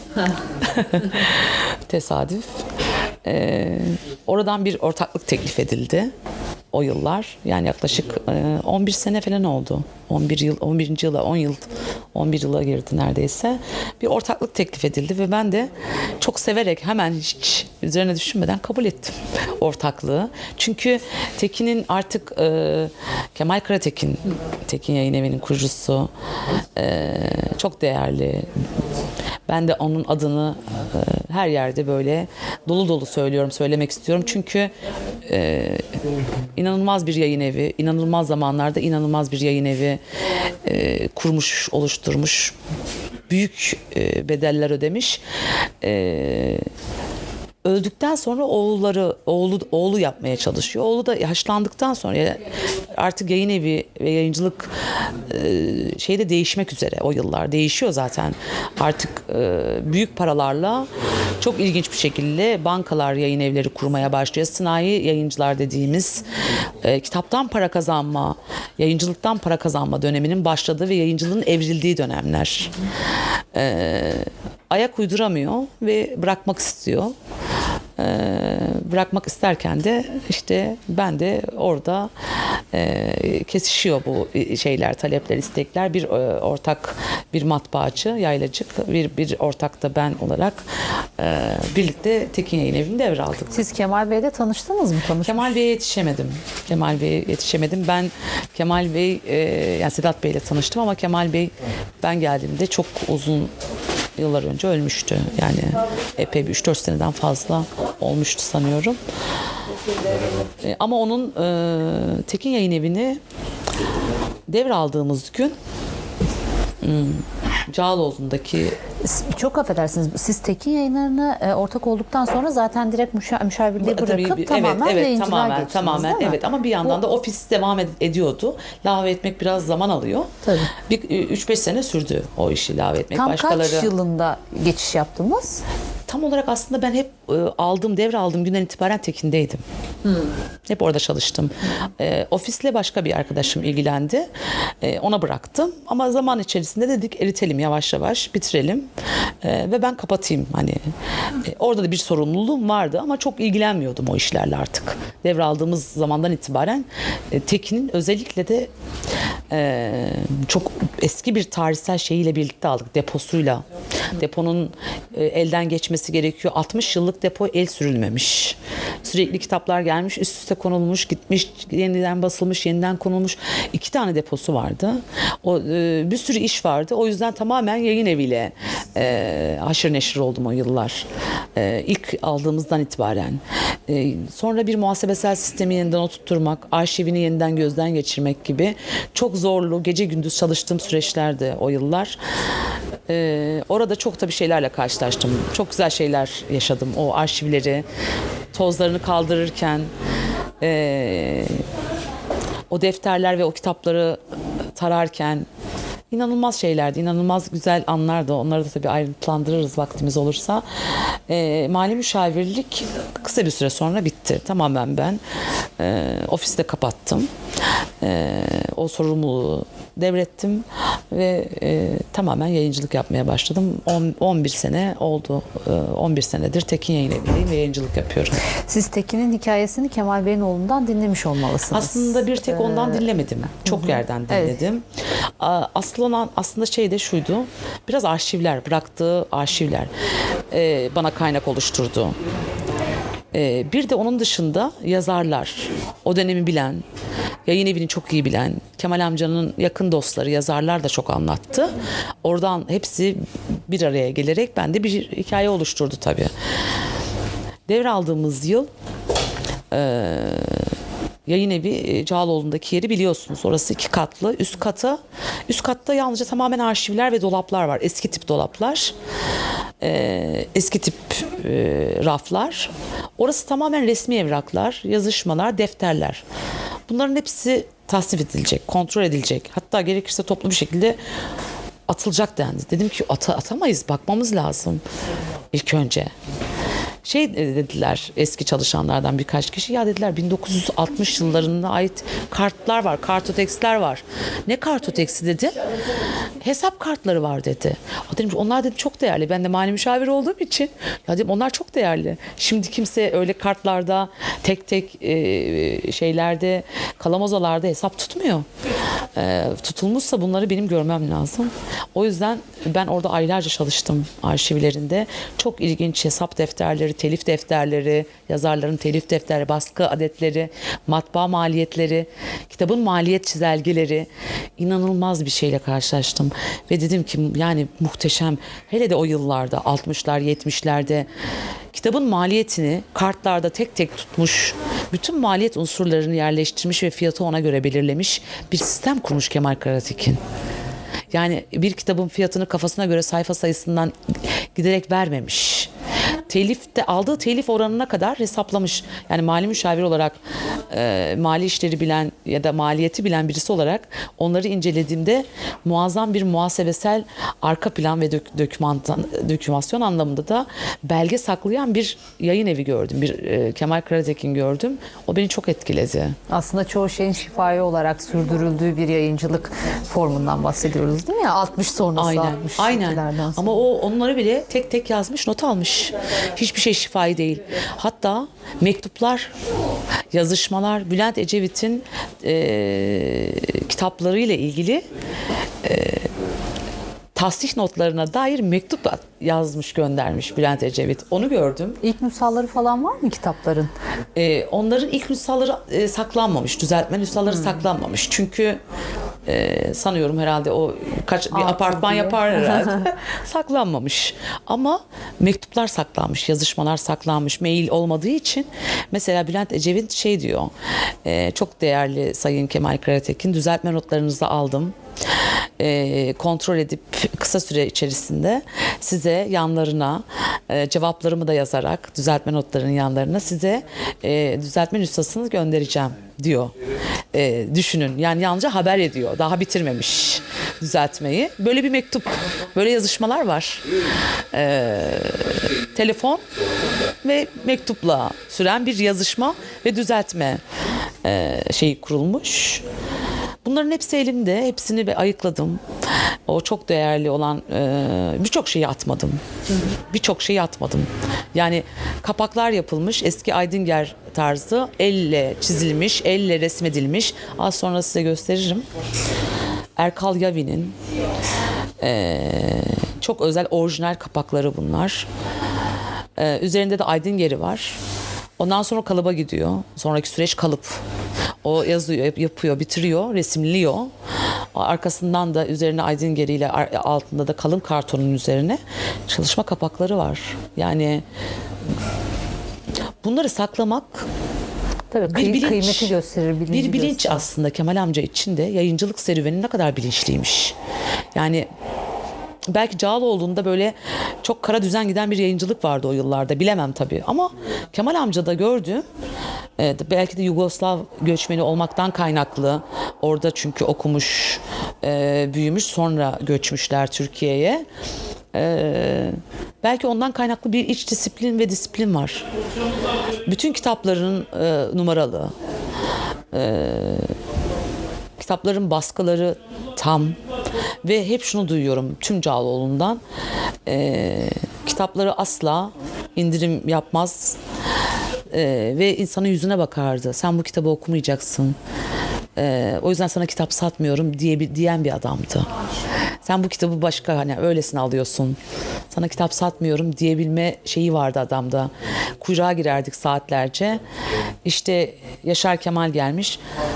Tesadüf. E, oradan bir ortaklık teklif edildi. O yıllar yani yaklaşık on bir sene falan oldu. on bir yıl, on birinci yıla on yıl, on bir yıla girdi neredeyse. Bir ortaklık teklif edildi ve ben de çok severek hemen hiç üzerine düşünmeden kabul ettim ortaklığı. Çünkü Tekin'in artık e, Kemal Karatekin, Tekin Yayın Evi'nin kurucusu, e, çok değerli. Ben de onun adını e, her yerde böyle dolu dolu söylüyorum, söylemek istiyorum. Çünkü e, inanılmaz bir yayın evi, inanılmaz zamanlarda inanılmaz bir yayın evi e, kurmuş, oluşturmuş, büyük e, bedeller ödemiş. E, öldükten sonra oğulları oğlu oğlu yapmaya çalışıyor. Oğlu da yaşlandıktan sonra artık yayın evi ve yayıncılık e, şeyde değişmek üzere, o yıllar değişiyor zaten. Artık e, büyük paralarla çok ilginç bir şekilde bankalar yayın evleri kurmaya başlıyor. Sanayi yayıncılar dediğimiz e, kitaptan para kazanma, yayıncılıktan para kazanma döneminin başladığı ve yayıncılığın evrildiği dönemler. E, ayak uyduramıyor ve bırakmak istiyor. Ee, bırakmak isterken de işte ben de orada e, kesişiyor bu şeyler, talepler, istekler. Bir e, ortak, bir matbaacı, yaylacık, bir bir ortak da ben olarak e, birlikte Tekin Yayın Evi'ni devraldık. Siz Kemal Bey'le tanıştınız mı? Tanışmış. Kemal Bey'e yetişemedim. Kemal Bey'e yetişemedim. Ben Kemal Bey, e, yani Sedat Bey'le tanıştım ama Kemal Bey ben geldiğimde çok uzun yıllar önce ölmüştü. Yani epey bir üç dört seneden fazla olmuştu sanıyorum. E, ama onun e, Tekin Yayın Evi'ni devraldığımız gün hmm, Cağaloğlu'ndaki çok affedersiniz. Siz Tekin Yayınları'na e, ortak olduktan sonra zaten direkt müşa- müşavirliği bırakıp Tabii, tamamen evet, evet, yayıncılığa tamamen, geçtiniz, tamamen, değil mi? evet. Ama bir yandan Bu, da ofis devam ed- ediyordu. Lave etmek biraz zaman alıyor. Tabii. Bir üç beş sene sürdü o işi lave etmek. tam Başkaları... kaç yılında geçiş yaptınız? Tam olarak aslında ben hep e, aldığım, devraldığım günden itibaren Tekin'deydim. Hmm. Hep orada çalıştım. Hmm. E, ofisle başka bir arkadaşım ilgilendi. E, ona bıraktım. Ama zaman içerisinde dedik eritelim yavaş yavaş, bitirelim. E, ve ben kapatayım. Hani e, orada da bir sorumluluğum vardı ama çok ilgilenmiyordum o işlerle artık. Devraldığımız zamandan itibaren e, Tekin'in özellikle de e, çok eski bir tarihsel şeyiyle birlikte aldık. Deposuyla. Hmm. Deponun e, elden geçmesi gerekiyor. altmış yıllık depo el sürülmemiş. Sürekli kitaplar gelmiş, üst üste konulmuş, gitmiş, yeniden basılmış, yeniden konulmuş. İki tane deposu vardı. O e, bir sürü iş vardı. O yüzden tamamen yayın eviyle e, haşır neşir oldum o yıllar. E, ilk aldığımızdan itibaren. E, sonra bir muhasebesel sistemi yeniden oturtturmak, arşivini yeniden gözden geçirmek gibi çok zorlu, gece gündüz çalıştığım süreçlerdi o yıllar. Ee, orada çok tabii şeylerle karşılaştım. Çok güzel şeyler yaşadım. O arşivleri, tozlarını kaldırırken, ee, o defterler ve o kitapları tararken inanılmaz şeylerdi. İnanılmaz güzel anlardı. Onları da tabii ayrıntılandırırız vaktimiz olursa. Ee, mali müşavirlik kısa bir süre sonra bitti. Tamamen ben e, ofiste kapattım. E, o sorumluluğu devrettim ve e, tamamen yayıncılık yapmaya başladım. on bir sene oldu. E, on bir senedir Tekin Yayın Evi'ndeyim ve yayıncılık yapıyorum. Siz Tekin'in hikayesini Kemal Bey'in oğlundan dinlemiş olmalısınız. Aslında bir tek ondan ee, dinlemedim. Çok hı. yerden dinledim. Evet. Asıl olan aslında şey de şuydu. Biraz arşivler, bıraktığı arşivler e, bana kaynak oluşturdu. E, bir de onun dışında yazarlar, o dönemi bilen, yayın evini çok iyi bilen, Kemal amcanın yakın dostları, yazarlar da çok anlattı. Oradan hepsi bir araya gelerek bende bir hikaye oluşturdu tabii. Devraldığımız yıl e, yayın evi Cağaloğlu'ndaki yeri biliyorsunuz. Orası iki katlı. Üst kata, üst katta yalnızca tamamen arşivler ve dolaplar var. Eski tip dolaplar. E, eski tip e, raflar. Orası tamamen resmi evraklar, yazışmalar, defterler. Bunların hepsi tasnif edilecek, kontrol edilecek. Hatta gerekirse toplu bir şekilde atılacak dendi. Dedim ki At- atamayız, bakmamız lazım ilk önce. Şey dediler eski çalışanlardan birkaç kişi, ya dediler bin dokuz yüz altmış yıllarına ait kartlar var, kartoteksler var. Ne kartoteksi dedi? Hesap kartları var dedi. O dedim, onlar dedim çok değerli. Ben de mali müşavir olduğum için ya dedim onlar çok değerli. Şimdi kimse öyle kartlarda tek tek e, şeylerde, kalamozalarda hesap tutmuyor. E, tutulmuşsa bunları benim görmem lazım. O yüzden ben orada aylarca çalıştım arşivlerinde. Çok ilginç hesap defterleri, telif defterleri, yazarların telif defteri, baskı adetleri, matbaa maliyetleri, kitabın maliyet çizelgeleri, inanılmaz bir şeyle karşılaştım. Ve dedim ki yani muhteşem, hele de o yıllarda altmışlar yetmişlerde kitabın maliyetini kartlarda tek tek tutmuş, bütün maliyet unsurlarını yerleştirmiş ve fiyatı ona göre belirlemiş bir sistem kurmuş Kemal Karatekin. Yani bir kitabın fiyatını kafasına göre sayfa sayısından giderek vermemiş. Telifte aldığı telif oranına kadar hesaplamış. Yani mali müşavir olarak e, mali işleri bilen ya da maliyeti bilen birisi olarak onları incelediğimde muazzam bir muhasebesel arka plan ve dök, doküman, dokümasyon anlamında da belge saklayan bir yayın evi gördüm. Bir e, Kemal Karatekin gördüm. O beni çok etkiledi. Aslında çoğu şeyin şifai olarak sürdürüldüğü bir yayıncılık formundan bahsediyoruz değil mi? Ya altmış sonrası, aynen, altmış aynen. Ama o onları bile tek tek yazmış, not almış. Hiçbir şey şifai değil. Hatta mektuplar, yazışmalar, Bülent Ecevit'in e, kitaplarıyla ilgili e, tasdih notlarına dair mektup yazmış, göndermiş Bülent Ecevit. Onu gördüm. İlk nüshaları falan var mı kitapların? E, onların ilk nüshaları e, saklanmamış. Düzeltme nüshaları hmm. saklanmamış. Çünkü Ee, sanıyorum herhalde o kaç bir Altı apartman diye. yapar herhalde. Saklanmamış. Ama mektuplar saklanmış, yazışmalar saklanmış. Mail olmadığı için mesela Bülent Ecevit şey diyor. E, çok değerli Sayın Kemal Karatekin, düzeltme notlarınızı aldım. E, kontrol edip kısa süre içerisinde size yanlarına e, cevaplarımı da yazarak düzeltme notlarının yanlarına size e, düzeltme nüshasını göndereceğim diyor. E, düşünün yani yalnızca haber ediyor. Daha bitirmemiş düzeltmeyi. Böyle bir mektup, böyle yazışmalar var. E, telefon ve mektupla süren bir yazışma ve düzeltme e, şeyi kurulmuş. Bunların hepsi elimde. Hepsini bir ayıkladım. O çok değerli olan e, birçok şeyi atmadım. Birçok şeyi atmadım. Yani kapaklar yapılmış. Eski Aydınger tarzı. Elle çizilmiş, elle resmedilmiş. Az sonra size gösteririm. Erkal Yavi'nin e, çok özel orijinal kapakları bunlar. E, üzerinde de Aydınger'i var. Ondan sonra kalıba gidiyor. Sonraki süreç kalıp. O yazıyor, yap- yapıyor, bitiriyor, resimliyor. Arkasından da üzerine Aydın Geri ile ar- altında da kalın kartonun üzerine çalışma kapakları var. Yani bunları saklamak Tabii bir kıy- bilinç, kıymeti gösterir, bilinci bir bilinç gösterir. aslında. Kemal amca için de yayıncılık serüveni ne kadar bilinçliymiş. Yani belki Cağaloğlu'nda böyle çok kara düzen giden bir yayıncılık vardı o yıllarda. Bilemem tabii. Ama Kemal amcada gördüğüm e, belki de Yugoslav göçmeni olmaktan kaynaklı. Orada çünkü okumuş, e, büyümüş, sonra göçmüşler Türkiye'ye. E, belki ondan kaynaklı bir iç disiplin ve disiplin var. Bütün kitapların e, numaralı. E, kitapların baskıları tam. Ve hep şunu duyuyorum tüm Cağaloğlu'ndan. E, kitapları asla indirim yapmaz. E, ve insanın yüzüne bakardı. Sen bu kitabı okumayacaksın. E, o yüzden sana kitap satmıyorum diye bir, diyen bir adamdı. Sen bu kitabı başka hani öylesine alıyorsun. Sana kitap satmıyorum diyebilme şeyi vardı adamda. Kuyruğa girerdik saatlerce. İşte Yaşar Kemal gelmiş.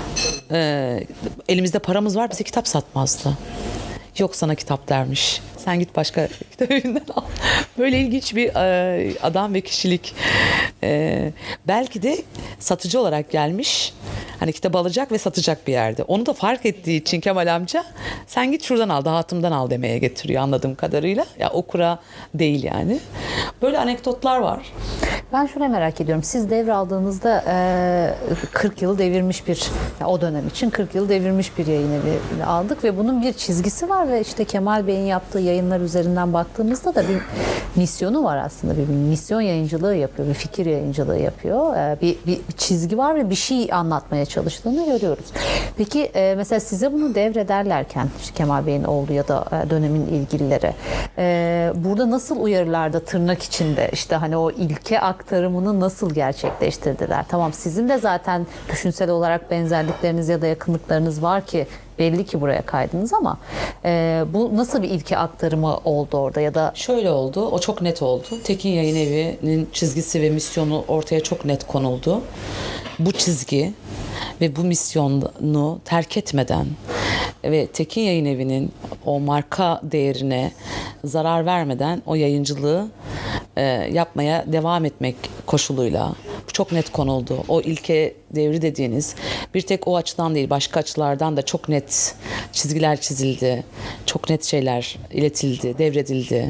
E, elimizde paramız var, bize kitap satmazdı. Yok sana kitap dermiş. Sen git başka kitap evinden al. Böyle ilginç bir e, adam ve kişilik. E, belki de satıcı olarak gelmiş. Hani kitap alacak ve satacak bir yerde. Onu da fark ettiği için Kemal amca sen git şuradan al, dağıtımdan al demeye getiriyor anladığım kadarıyla. Ya okura değil yani. Böyle anekdotlar var. Ben şunu merak ediyorum. Siz devraldığınızda e, kırk yılı devirmiş bir, yani o dönem için kırk yılı devirmiş bir yayın evi aldık ve bunun bir çizgisi var ve işte Kemal Bey'in yaptığı yayınlar üzerinden baktığımızda da bir misyonu var aslında. Bir misyon yayıncılığı yapıyor, bir fikir yayıncılığı yapıyor. E, bir, bir, bir çizgi var ve bir şey anlatmaya çalıştığını görüyoruz. Peki e, mesela size bunu devrederlerken işte Kemal Bey'in oğlu ya da e, dönemin ilgilileri e, burada nasıl uyarılarda tırnak içinde işte hani o ilke aktarımını nasıl gerçekleştirdiler? Tamam sizin de zaten düşünsel olarak benzerlikleriniz ya da yakınlıklarınız var ki belli ki buraya kaydınız ama e, bu nasıl bir ilke aktarımı oldu orada ya da Şöyle oldu, o çok net oldu. Tekin Yayın Evi'nin çizgisi ve misyonu ortaya çok net konuldu. Bu çizgi ve bu misyonu terk etmeden ve Tekin Yayın Evi'nin o marka değerine zarar vermeden o yayıncılığı e, yapmaya devam etmek koşuluyla bu çok net konuldu. O ilke devri dediğiniz bir tek o açıdan değil başka açılardan da çok net çizgiler çizildi. Çok net şeyler iletildi, devredildi.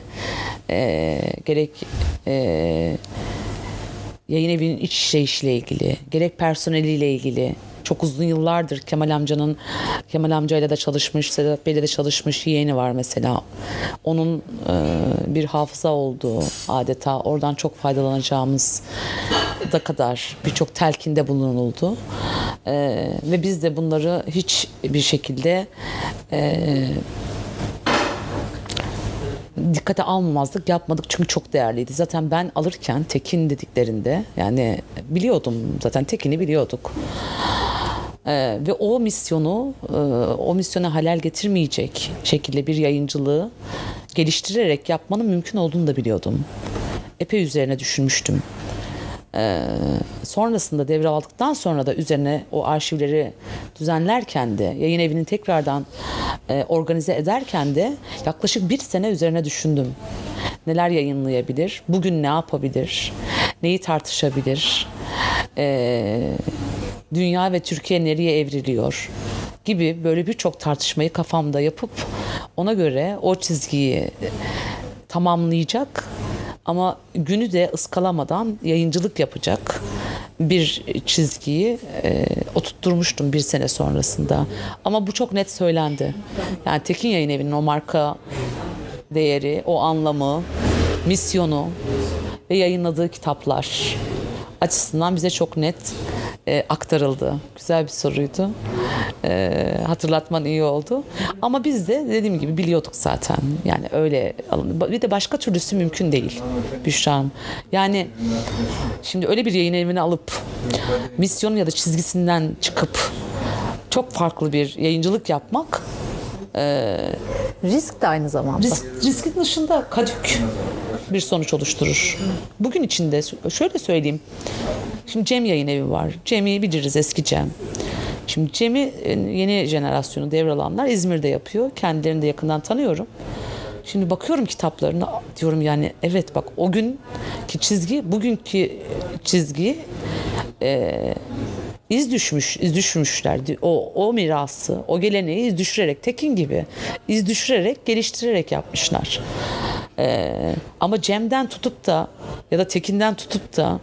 E, gerek e, yayın evinin iç işleyişiyle ilgili, gerek personeliyle ilgili. Çok uzun yıllardır Kemal amcanın, Kemal amcayla da çalışmış, Sedat Bey'le de çalışmış yeğeni var mesela. Onun e, bir hafıza olduğu adeta oradan çok faydalanacağımız da kadar birçok telkinde bulunuldu. E, ve biz de bunları hiç bir şekilde e, dikkate almamazlık yapmadık çünkü çok değerliydi. Zaten ben alırken Tekin dediklerinde yani biliyordum zaten Tekin'i biliyorduk. Ee, ve o misyonu, e, o misyona halel getirmeyecek şekilde bir yayıncılığı geliştirerek yapmanın mümkün olduğunu da biliyordum. Epey üzerine düşünmüştüm. Ee, sonrasında devraldıktan sonra da üzerine o arşivleri düzenlerken de yayın evinin tekrardan e, organize ederken de yaklaşık bir sene üzerine düşündüm. Neler yayınlayabilir, bugün ne yapabilir, neyi tartışabilir, e, dünya ve Türkiye nereye evriliyor gibi böyle birçok tartışmayı kafamda yapıp ona göre o çizgiyi tamamlayacak ama günü de ıskalamadan yayıncılık yapacak bir çizgiyi e, oturtturmuştum bir sene sonrasında. Ama bu çok net söylendi. Yani Tekin Yayın Evi'nin o marka değeri, o anlamı, misyonu ve yayınladığı kitaplar açısından bize çok net e, aktarıldı. Güzel bir soruydu. E, hatırlatman iyi oldu. Ama biz de dediğim gibi biliyorduk zaten. Yani öyle bir de başka türlüsü mümkün değil Büşra'm. Yani şimdi öyle bir yayın evini alıp misyonu ya da çizgisinden çıkıp çok farklı bir yayıncılık yapmak e, risk de aynı zamanda. risk, riskin dışında kadük bir sonuç oluşturur. Bugün içinde şöyle söyleyeyim. Şimdi Cem Yayın Evi var. Cem'i biliriz, eski Cem. Şimdi Cem'i yeni jenerasyonu devralanlar İzmir'de yapıyor. Kendilerini de yakından tanıyorum. Şimdi bakıyorum kitaplarına, diyorum yani evet bak o günkü çizgi, bugünkü çizgi e, iz düşmüş, iz düşmüşler. O, o mirası, o geleneği iz düşürerek, Tekin gibi iz düşürerek, geliştirerek yapmışlar. E, ama Cem'den tutup da ya da Tekin'den tutup da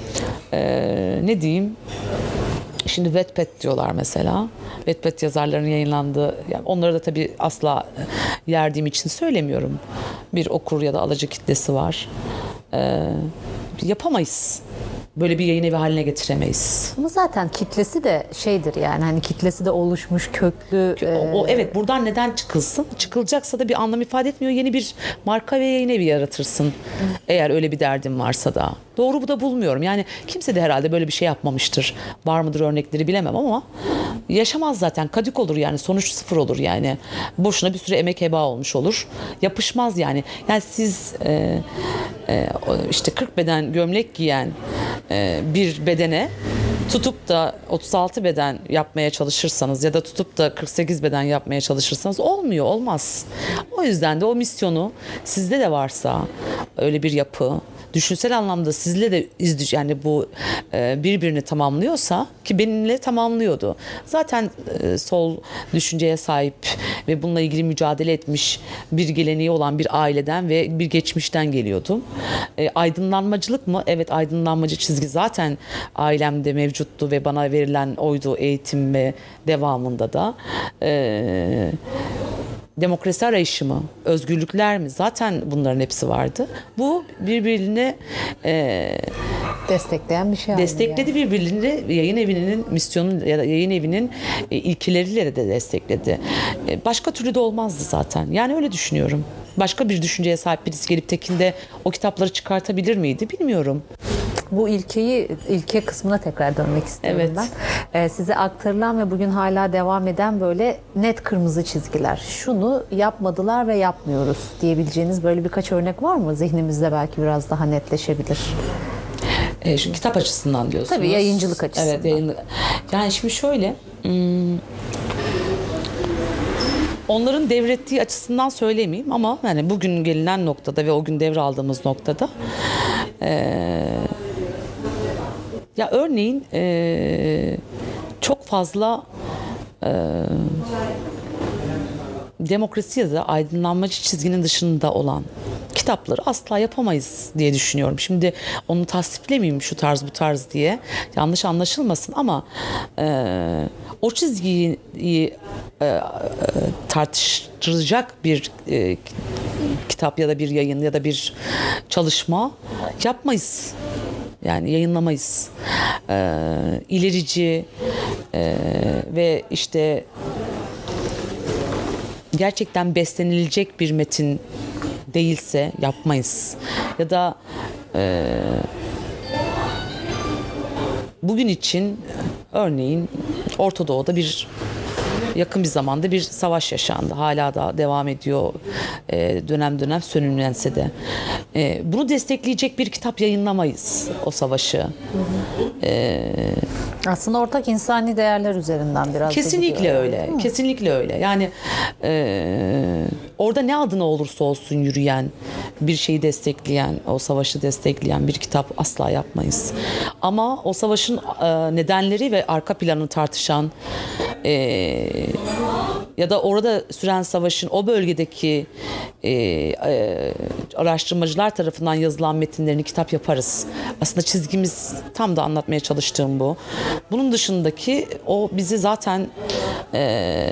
e, ne diyeyim, şimdi Wattpad diyorlar mesela. Wattpad yazarlarının yayınlandığı, yani onları da tabii asla yerdiğim için söylemiyorum. Bir okur ya da alıcı kitlesi var. Ee, yapamayız. Böyle bir yayın evi haline getiremeyiz. Ama zaten kitlesi de şeydir yani hani kitlesi de oluşmuş köklü. O, o evet, buradan neden çıkılsın? Çıkılacaksa da bir anlam ifade etmiyor. Yeni bir marka ve yayın evi yaratırsın. Hı. Eğer öyle bir derdin varsa da. Doğru bu da bulmuyorum. Yani kimse de herhalde böyle bir şey yapmamıştır. Var mıdır örnekleri bilemem ama yaşamaz zaten. Kadük olur yani. Sonuç sıfır olur yani. Boşuna bir sürü emek heba olmuş olur. Yapışmaz yani. Yani siz e, e, işte kırk beden gömlek giyen e, bir bedene tutup da otuz altı beden yapmaya çalışırsanız ya da tutup da kırk sekiz beden yapmaya çalışırsanız olmuyor, olmaz. O yüzden de o misyonu sizde de varsa öyle bir yapı, düşünsel anlamda sizle de izleyeceğiz yani bu e, birbirini tamamlıyorsa, ki benimle tamamlıyordu. Zaten e, sol düşünceye sahip ve bununla ilgili mücadele etmiş bir geleneği olan bir aileden ve bir geçmişten geliyordum. E, aydınlanmacılık mı? Evet, aydınlanmacı çizgi zaten ailemde mevcuttu ve bana verilen oydu, eğitim ve devamında da. E, Demokrasi arayışı mı? Özgürlükler mi? Zaten bunların hepsi vardı. Bu birbirini e, destekleyen bir şey. Destekledi yani. Birbirini yayın evinin misyonu ya da yayın evinin e, ilkeleriyle de destekledi. E, başka türlü de olmazdı zaten. Yani öyle düşünüyorum. Başka bir düşünceye sahip birisi gelip Tekin'de o kitapları çıkartabilir miydi? Bilmiyorum. Bu ilkeyi, ilke kısmına tekrar dönmek istiyorum evet. ben. Ee, size aktarılan ve bugün hala devam eden böyle net kırmızı çizgiler. Şunu yapmadılar ve yapmıyoruz diyebileceğiniz böyle birkaç örnek var mı? Zihnimizde belki biraz daha netleşebilir. E, şu kitap açısından diyorsunuz. Tabii, yayıncılık açısından. Evet, yayın, yani şimdi şöyle... Hmm, onların devrettiği açısından söylemeyeyim ama yani bugün gelinen noktada ve o gün devraldığımız noktada ee, ya örneğin ee, çok fazla ee, demokrasi ya da aydınlanmacı çizginin dışında olan kitapları asla yapamayız diye düşünüyorum. Şimdi onu tasdiflemeyeyim şu tarz bu tarz diye, yanlış anlaşılmasın ama e, o çizgiyi e, e, tartıştıracak bir e, kitap ya da bir yayın ya da bir çalışma yapmayız. Yani yayınlamayız. E, ilerici e, ve işte gerçekten beslenilecek bir metin değilse yapmayız. Ya da e, bugün için örneğin Orta Doğu'da bir yakın bir zamanda bir savaş yaşandı. Hala da devam ediyor. E, dönem dönem sönümlense de. E, bunu destekleyecek bir kitap yayınlamayız, o savaşı. E, Aslında ortak insani değerler üzerinden biraz. Kesinlikle öyle. Kesinlikle öyle. Yani e, orada ne adına olursa olsun yürüyen, bir şeyi destekleyen, o savaşı destekleyen bir kitap asla yapmayız. Ama o savaşın e, nedenleri ve arka planını tartışan e, ya da orada süren savaşın o bölgedeki e, e, araştırmacılar tarafından yazılan metinlerini kitap yaparız. Aslında çizgimiz, tam da anlatmaya çalıştığım bu. Bunun dışındaki o bizi zaten e,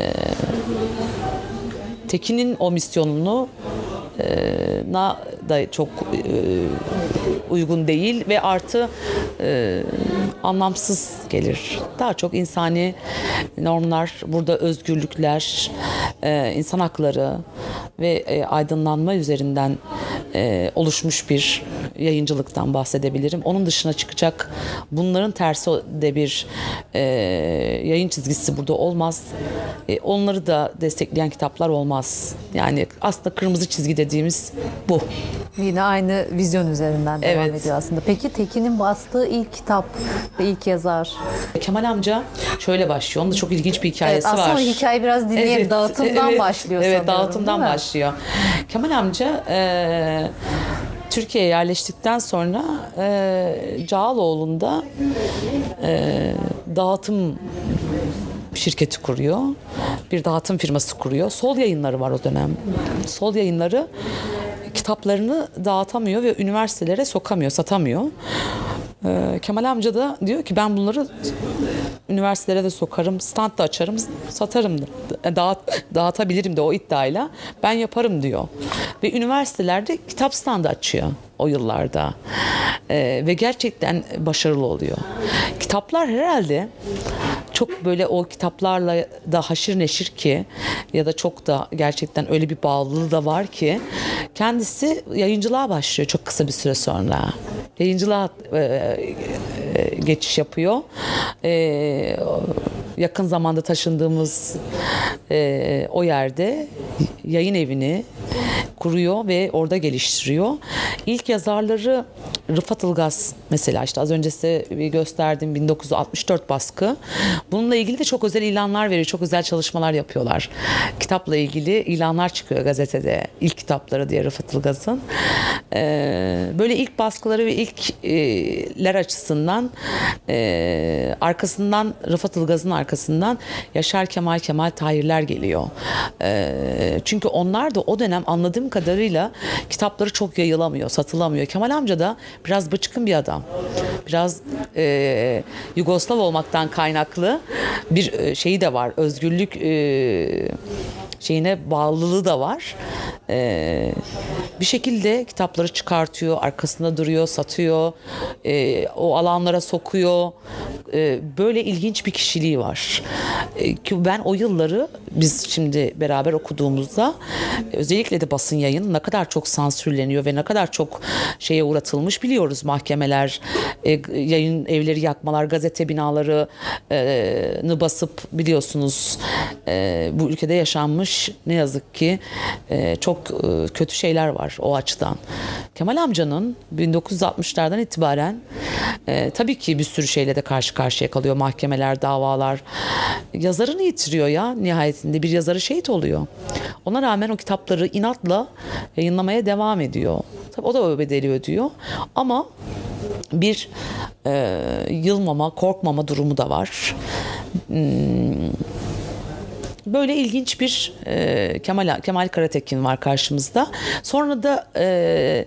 Tekin'in o misyonunu e, na da çok e, uygun değil ve artı e, anlamsız gelir. Daha çok insani normlar, burada özgürlükler, e, insan hakları ve e, aydınlanma üzerinden e, oluşmuş bir yayıncılıktan bahsedebilirim. Onun dışına çıkacak bunların tersi de bir e, yayın çizgisi burada olmaz. E, onları da destekleyen kitaplar olmaz. Yani aslında kırmızı çizgi dediğimiz bu. Yine aynı vizyon üzerinden devam Evet. ediyor aslında. Peki Tekin'in bastığı ilk kitap ve ilk yazar? Kemal amca şöyle başlıyor. Onun da çok ilginç bir Evet, hikayesi aslında var. o hikayeyi biraz dinleyelim. Evet, Dağıtımdan evet, başlıyor evet, sanıyorum. dağıtımdan değil mi? başlıyor. Kemal amca e, Türkiye'ye yerleştikten sonra e, Cağaloğlu'nda e, dağıtım şirketi kuruyor. Bir dağıtım firması kuruyor. Sol Yayınları var o dönem. Sol Yayınları kitaplarını dağıtamıyor ve üniversitelere sokamıyor, satamıyor. Ee, Kemal amca da diyor ki ben bunları üniversitelere de sokarım, stand da açarım, satarım da, dağıt, dağıtabilirim de o iddiayla ben yaparım diyor. Ve üniversitelerde kitap standı açıyor o yıllarda. Ee, ve gerçekten başarılı oluyor. Kitaplar herhalde çok böyle o kitaplarla da haşır neşir ki ya da çok da gerçekten öyle bir bağlılığı da var ki kendisi yayıncılığa başlıyor çok kısa bir süre sonra. Yayıncılığa e, e, geçiş yapıyor. E, yakın zamanda taşındığımız e, o yerde yayın evini kuruyor ve orada geliştiriyor. İlk yazarları Rıfat Ilgaz mesela işte az önce size bir gösterdiğim bin dokuz yüz altmış dört baskı. Bununla ilgili de çok özel ilanlar veriyor. Çok özel çalışmalar yapıyorlar. Kitapla ilgili ilanlar çıkıyor gazetede. İlk kitapları diye Rıfat Ilgaz'ın. Ee, böyle ilk baskıları ve ilkler açısından e, arkasından Rıfat Ilgaz'ın arkasından Yaşar Kemal Kemal Tahirler geliyor. E, çünkü onlar da o dönem anladığım kadarıyla kitapları çok yayılamıyor, satılamıyor. Kemal amca da biraz bıçkın bir adam. Biraz e, Yugoslav olmaktan kaynaklı bir şeyi de var. Özgürlük e, şeyine bağlılığı da var. Ee, bir şekilde kitapları çıkartıyor, arkasında duruyor, satıyor, e, o alanlara sokuyor. E, böyle ilginç bir kişiliği var. E, ki ben o yılları biz şimdi beraber okuduğumuzda özellikle de basın yayın ne kadar çok sansürleniyor ve ne kadar çok şeye uğratılmış biliyoruz. Mahkemeler, e, yayın evleri yakmalar, gazete binalarını basıp biliyorsunuz e, bu ülkede yaşanmış ne yazık ki e, çok e, kötü şeyler var o açıdan. Kemal amcanın bin dokuz yüz altmışlardan itibaren e, tabii ki bir sürü şeyle de karşı karşıya kalıyor. Mahkemeler, davalar. Yazarını yitiriyor ya nihayetinde. Bir yazarı şehit oluyor. Ona rağmen o kitapları inatla yayınlamaya devam ediyor. Tabii o da o bedeli ödüyor. Ama bir e, yılmama, korkmama durumu da var. Hmm. Böyle ilginç bir e, Kemal Kemal Karatekin var karşımızda. Sonra da e, e,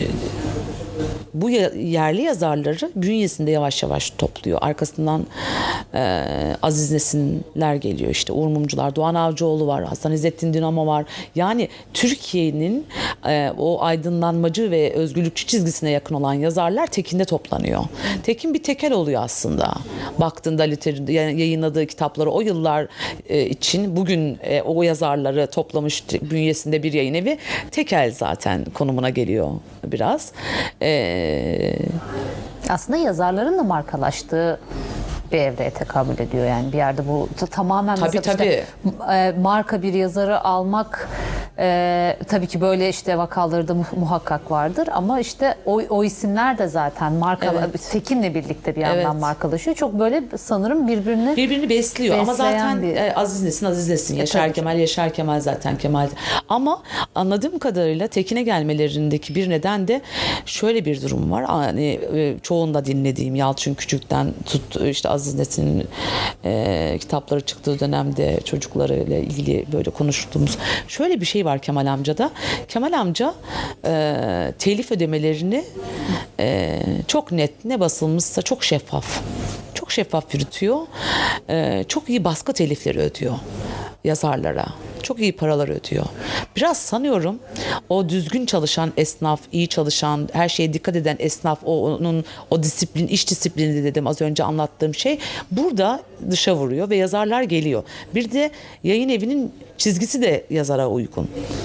bu yerli yazarları bünyesinde yavaş yavaş topluyor. Arkasından e, Aziz Nesinler geliyor. İşte Uğur Mumcular, Doğan Avcıoğlu var, Hasan İzzettin Dinamo var. Yani Türkiye'nin e, o aydınlanmacı ve özgürlükçü çizgisine yakın olan yazarlar Tekin'de toplanıyor. Tekin bir tekel oluyor aslında. Baktığında liter, yayınladığı kitapları o yıllar e, için bugün e, o yazarları toplamış bünyesinde bir yayın evi tekel zaten konumuna geliyor biraz. E, Aslında yazarların da markalaştığı bir evreye tekabül ediyor yani bir yerde bu t- tamamen Tabii, mesela işte, e, marka bir yazarı almak e, tabii ki böyle işte vakaları da mu- muhakkak vardır ama işte o, o isimler de zaten marka Evet. Tekin'le birlikte bir yandan Evet. markalaşıyor. Çok böyle sanırım birbirini birbirini besliyor ama besleyen zaten bir- e, Aziz Nesin, Aziz Nesin, Yaşar tabii ki. Kemal, Yaşar Kemal zaten Kemal. Ama anladığım kadarıyla Tekin'e gelmelerindeki bir neden de şöyle bir durum var. Hani e, çoğunda dinlediğim Yalçın Küçük'ten tut işte Aziz Nesin'in e, kitapları çıktığı dönemde çocuklarıyla ilgili böyle konuştuğumuz şöyle bir şey var Kemal amcada. Kemal amca e, telif ödemelerini e, çok net ne basılmışsa çok şeffaf. Çok şeffaf yürütüyor. Ee, çok iyi baskı telifleri ödüyor yazarlara. Çok iyi paralar ödüyor. Biraz sanıyorum o düzgün çalışan esnaf, iyi çalışan, her şeye dikkat eden esnaf, o, onun o disiplin, iş disiplini dedim az önce anlattığım şey burada dışa vuruyor ve yazarlar geliyor. Bir de yayın evinin çizgisi de yazara uygun.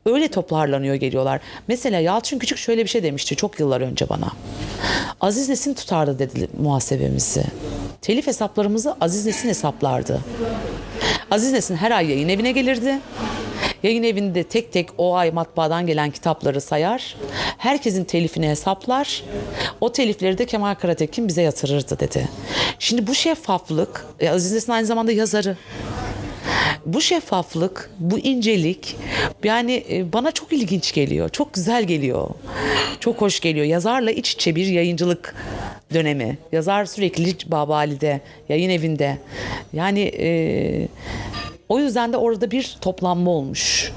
Öyle toparlanıyor geliyorlar. Mesela Yalçın Küçük şöyle bir şey demişti çok yıllar önce bana. Aziz Nesin tutardı dedi muhasebemizi. Telif hesaplarımızı Aziz Nesin hesaplardı. Aziz Nesin her ay yayın evine gelirdi. Yayın evinde tek tek o ay matbaadan gelen kitapları sayar. Herkesin telifini hesaplar. O telifleri de Kemal Karatekin bize yatırırdı dedi. Şimdi bu şeffaflık, Aziz Nesin aynı zamanda yazarı. Bu şeffaflık, bu incelik yani bana çok ilginç geliyor. Çok güzel geliyor. Çok hoş geliyor. Yazarla iç içe bir yayıncılık dönemi. Yazar sürekli Babali'de, yayın evinde. Yani e, o yüzden de orada bir toplanma olmuş.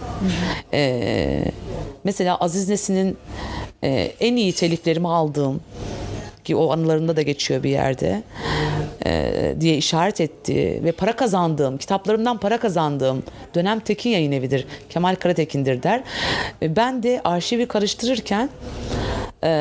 E, mesela Aziz Nesin'in e, en iyi teliflerimi aldığım ki o anılarında da geçiyor bir yerde e, diye işaret etti ve para kazandığım, kitaplarımdan para kazandığım dönem Tekin Yayın Evi'dir. Kemal Karatekin'dir der. E, ben de arşivi karıştırırken e,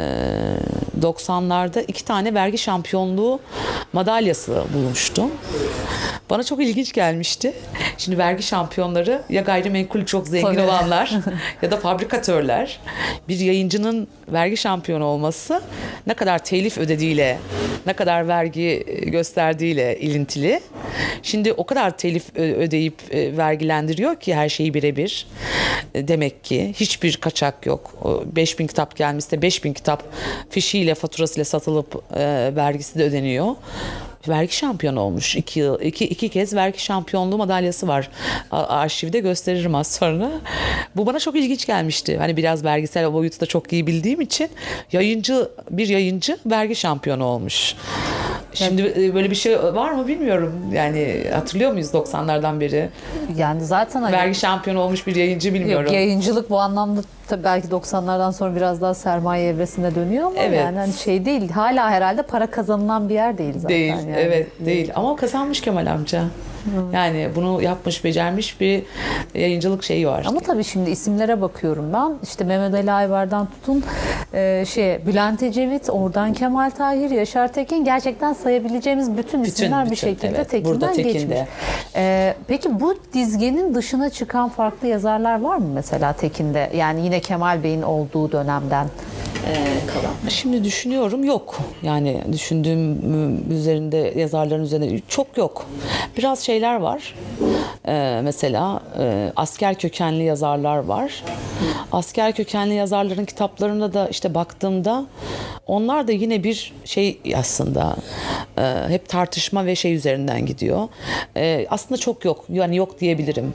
doksanlarda iki tane vergi şampiyonluğu madalyası bulmuştum. Bana çok ilginç gelmişti. Şimdi vergi şampiyonları ya gayrimenkul çok zengin Tabii. olanlar ya da fabrikatörler. Bir yayıncının vergi şampiyonu olması ne kadar telif ödediğiyle, ne kadar vergi gösterdiğiyle ilintili. Şimdi o kadar telif ödeyip vergilendiriyor ki her şeyi birebir. Demek ki hiçbir kaçak yok. beş bin kitap gelmişse beş bin kitap fişiyle, faturasıyla satılıp e, vergisi de ödeniyor. Vergi şampiyonu olmuş. İki, yıl, iki, iki kez vergi şampiyonluğu madalyası var. Arşivde gösteririm az sonra. Bu bana çok ilginç gelmişti. Hani biraz vergisel boyutu da çok iyi bildiğim için yayıncı bir yayıncı vergi şampiyonu olmuş. Şimdi böyle bir şey var mı bilmiyorum. Yani hatırlıyor muyuz doksanlardan beri? Yani zaten hani Vergi şampiyonu olmuş bir yayıncı bilmiyorum. yok, yayıncılık bu anlamda tabii belki doksanlardan sonra biraz daha sermaye evresine dönüyor ama Evet. yani hani şey değil. Hala herhalde para kazanılan bir yer değil zaten. Değil, yani. evet değil. Ama kazanmış Kemal amca. Yani bunu yapmış, becermiş bir yayıncılık şeyi var. Ama tabii şimdi isimlere bakıyorum ben. İşte Mehmet Ali Aybar'dan tutun e, şey Bülent Ecevit, oradan Kemal Tahir, Yaşar Tekin, gerçekten sayabileceğimiz bütün isimler bütün, bir şekilde evet. Tekin'den Burada Tekin'de. geçmiş. E, peki bu dizgenin dışına çıkan farklı yazarlar var mı mesela Tekin'de? Yani yine Kemal Bey'in olduğu dönemden kalan. Şimdi düşünüyorum yok. Yani düşündüğüm üzerinde yazarların üzerinde çok yok. Biraz şeyler var. Ee, mesela e, asker kökenli yazarlar var. Asker kökenli yazarların kitaplarına da işte baktığımda onlar da yine bir şey aslında e, hep tartışma ve şey üzerinden gidiyor. E, aslında çok yok. Yani yok diyebilirim.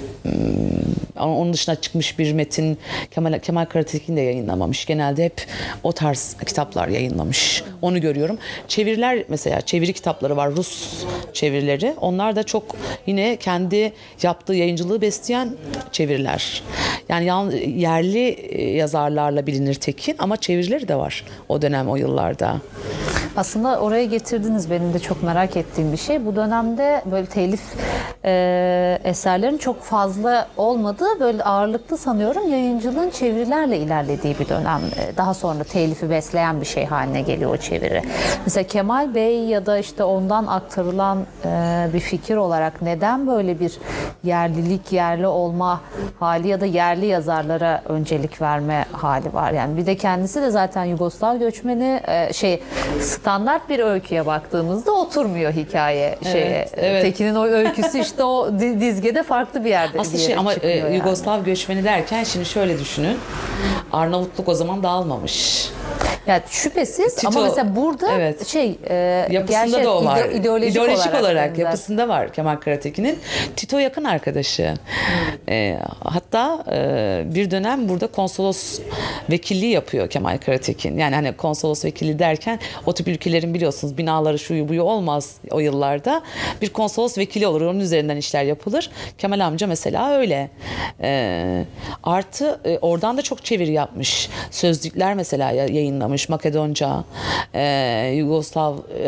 Onun dışına çıkmış bir metin Kemal, Kemal Karatekin de yayınlamamış. Genelde hep o tarz kitaplar yayınlamış. Onu görüyorum. Çeviriler mesela çeviri kitapları var. Rus çevirileri. Onlar da çok yine kendi yaptığı yayıncılığı besleyen çeviriler. Yani yerli yazarlarla bilinir Tekin ama çevirileri de var o dönem o yıllarda. Aslında oraya getirdiniz benim de çok merak ettiğim bir şey. Bu dönemde böyle telif e, eserlerin çok fazla olmadığı, böyle ağırlıklı sanıyorum yayıncılığın çevirilerle ilerlediği bir dönem. E, daha sonra telifi besleyen bir şey haline geliyor o çeviri. Mesela Kemal Bey ya da işte ondan aktarılan e, bir fikir olarak neden böyle bir yerlilik, yerli olma hali ya da yerli yazarlara öncelik verme hali var? Yani bir de kendisi de zaten Yugoslav göçmeni, e, şey standart bir öyküye baktığımızda oturmuyor hikaye şeye. Evet, evet. Tekin'in o öyküsü işte o dizgede farklı bir yerde. Aslında bir şey yere ama çıkıyor e, yani. Yugoslav göçmeni derken şimdi şöyle düşünün. Arnavutluk o zaman dağılmamış. Yani şüphesiz Tito, ama mesela burada evet. şey e, Yapısında gerçek, da o var. ide- ideolojik, İdeolojik olarak, olarak benzer. yapısında var Kemal Karatekin'in. Tito yakın arkadaşı. Hmm. E, hatta e, bir dönem burada konsolos vekilliği yapıyor Kemal Karatekin. Yani hani konsolos vekilliği derken o tip ülkelerin biliyorsunuz binaları şuyu buyu olmaz o yıllarda. Bir konsolos vekili olur. Onun üzerinden işler yapılır. Kemal amca mesela öyle. E, artı e, oradan da çok çeviri yapmış. Sözlükler mesela yayınlamış. yayınlamış. Makedonca, e, Yugoslav e,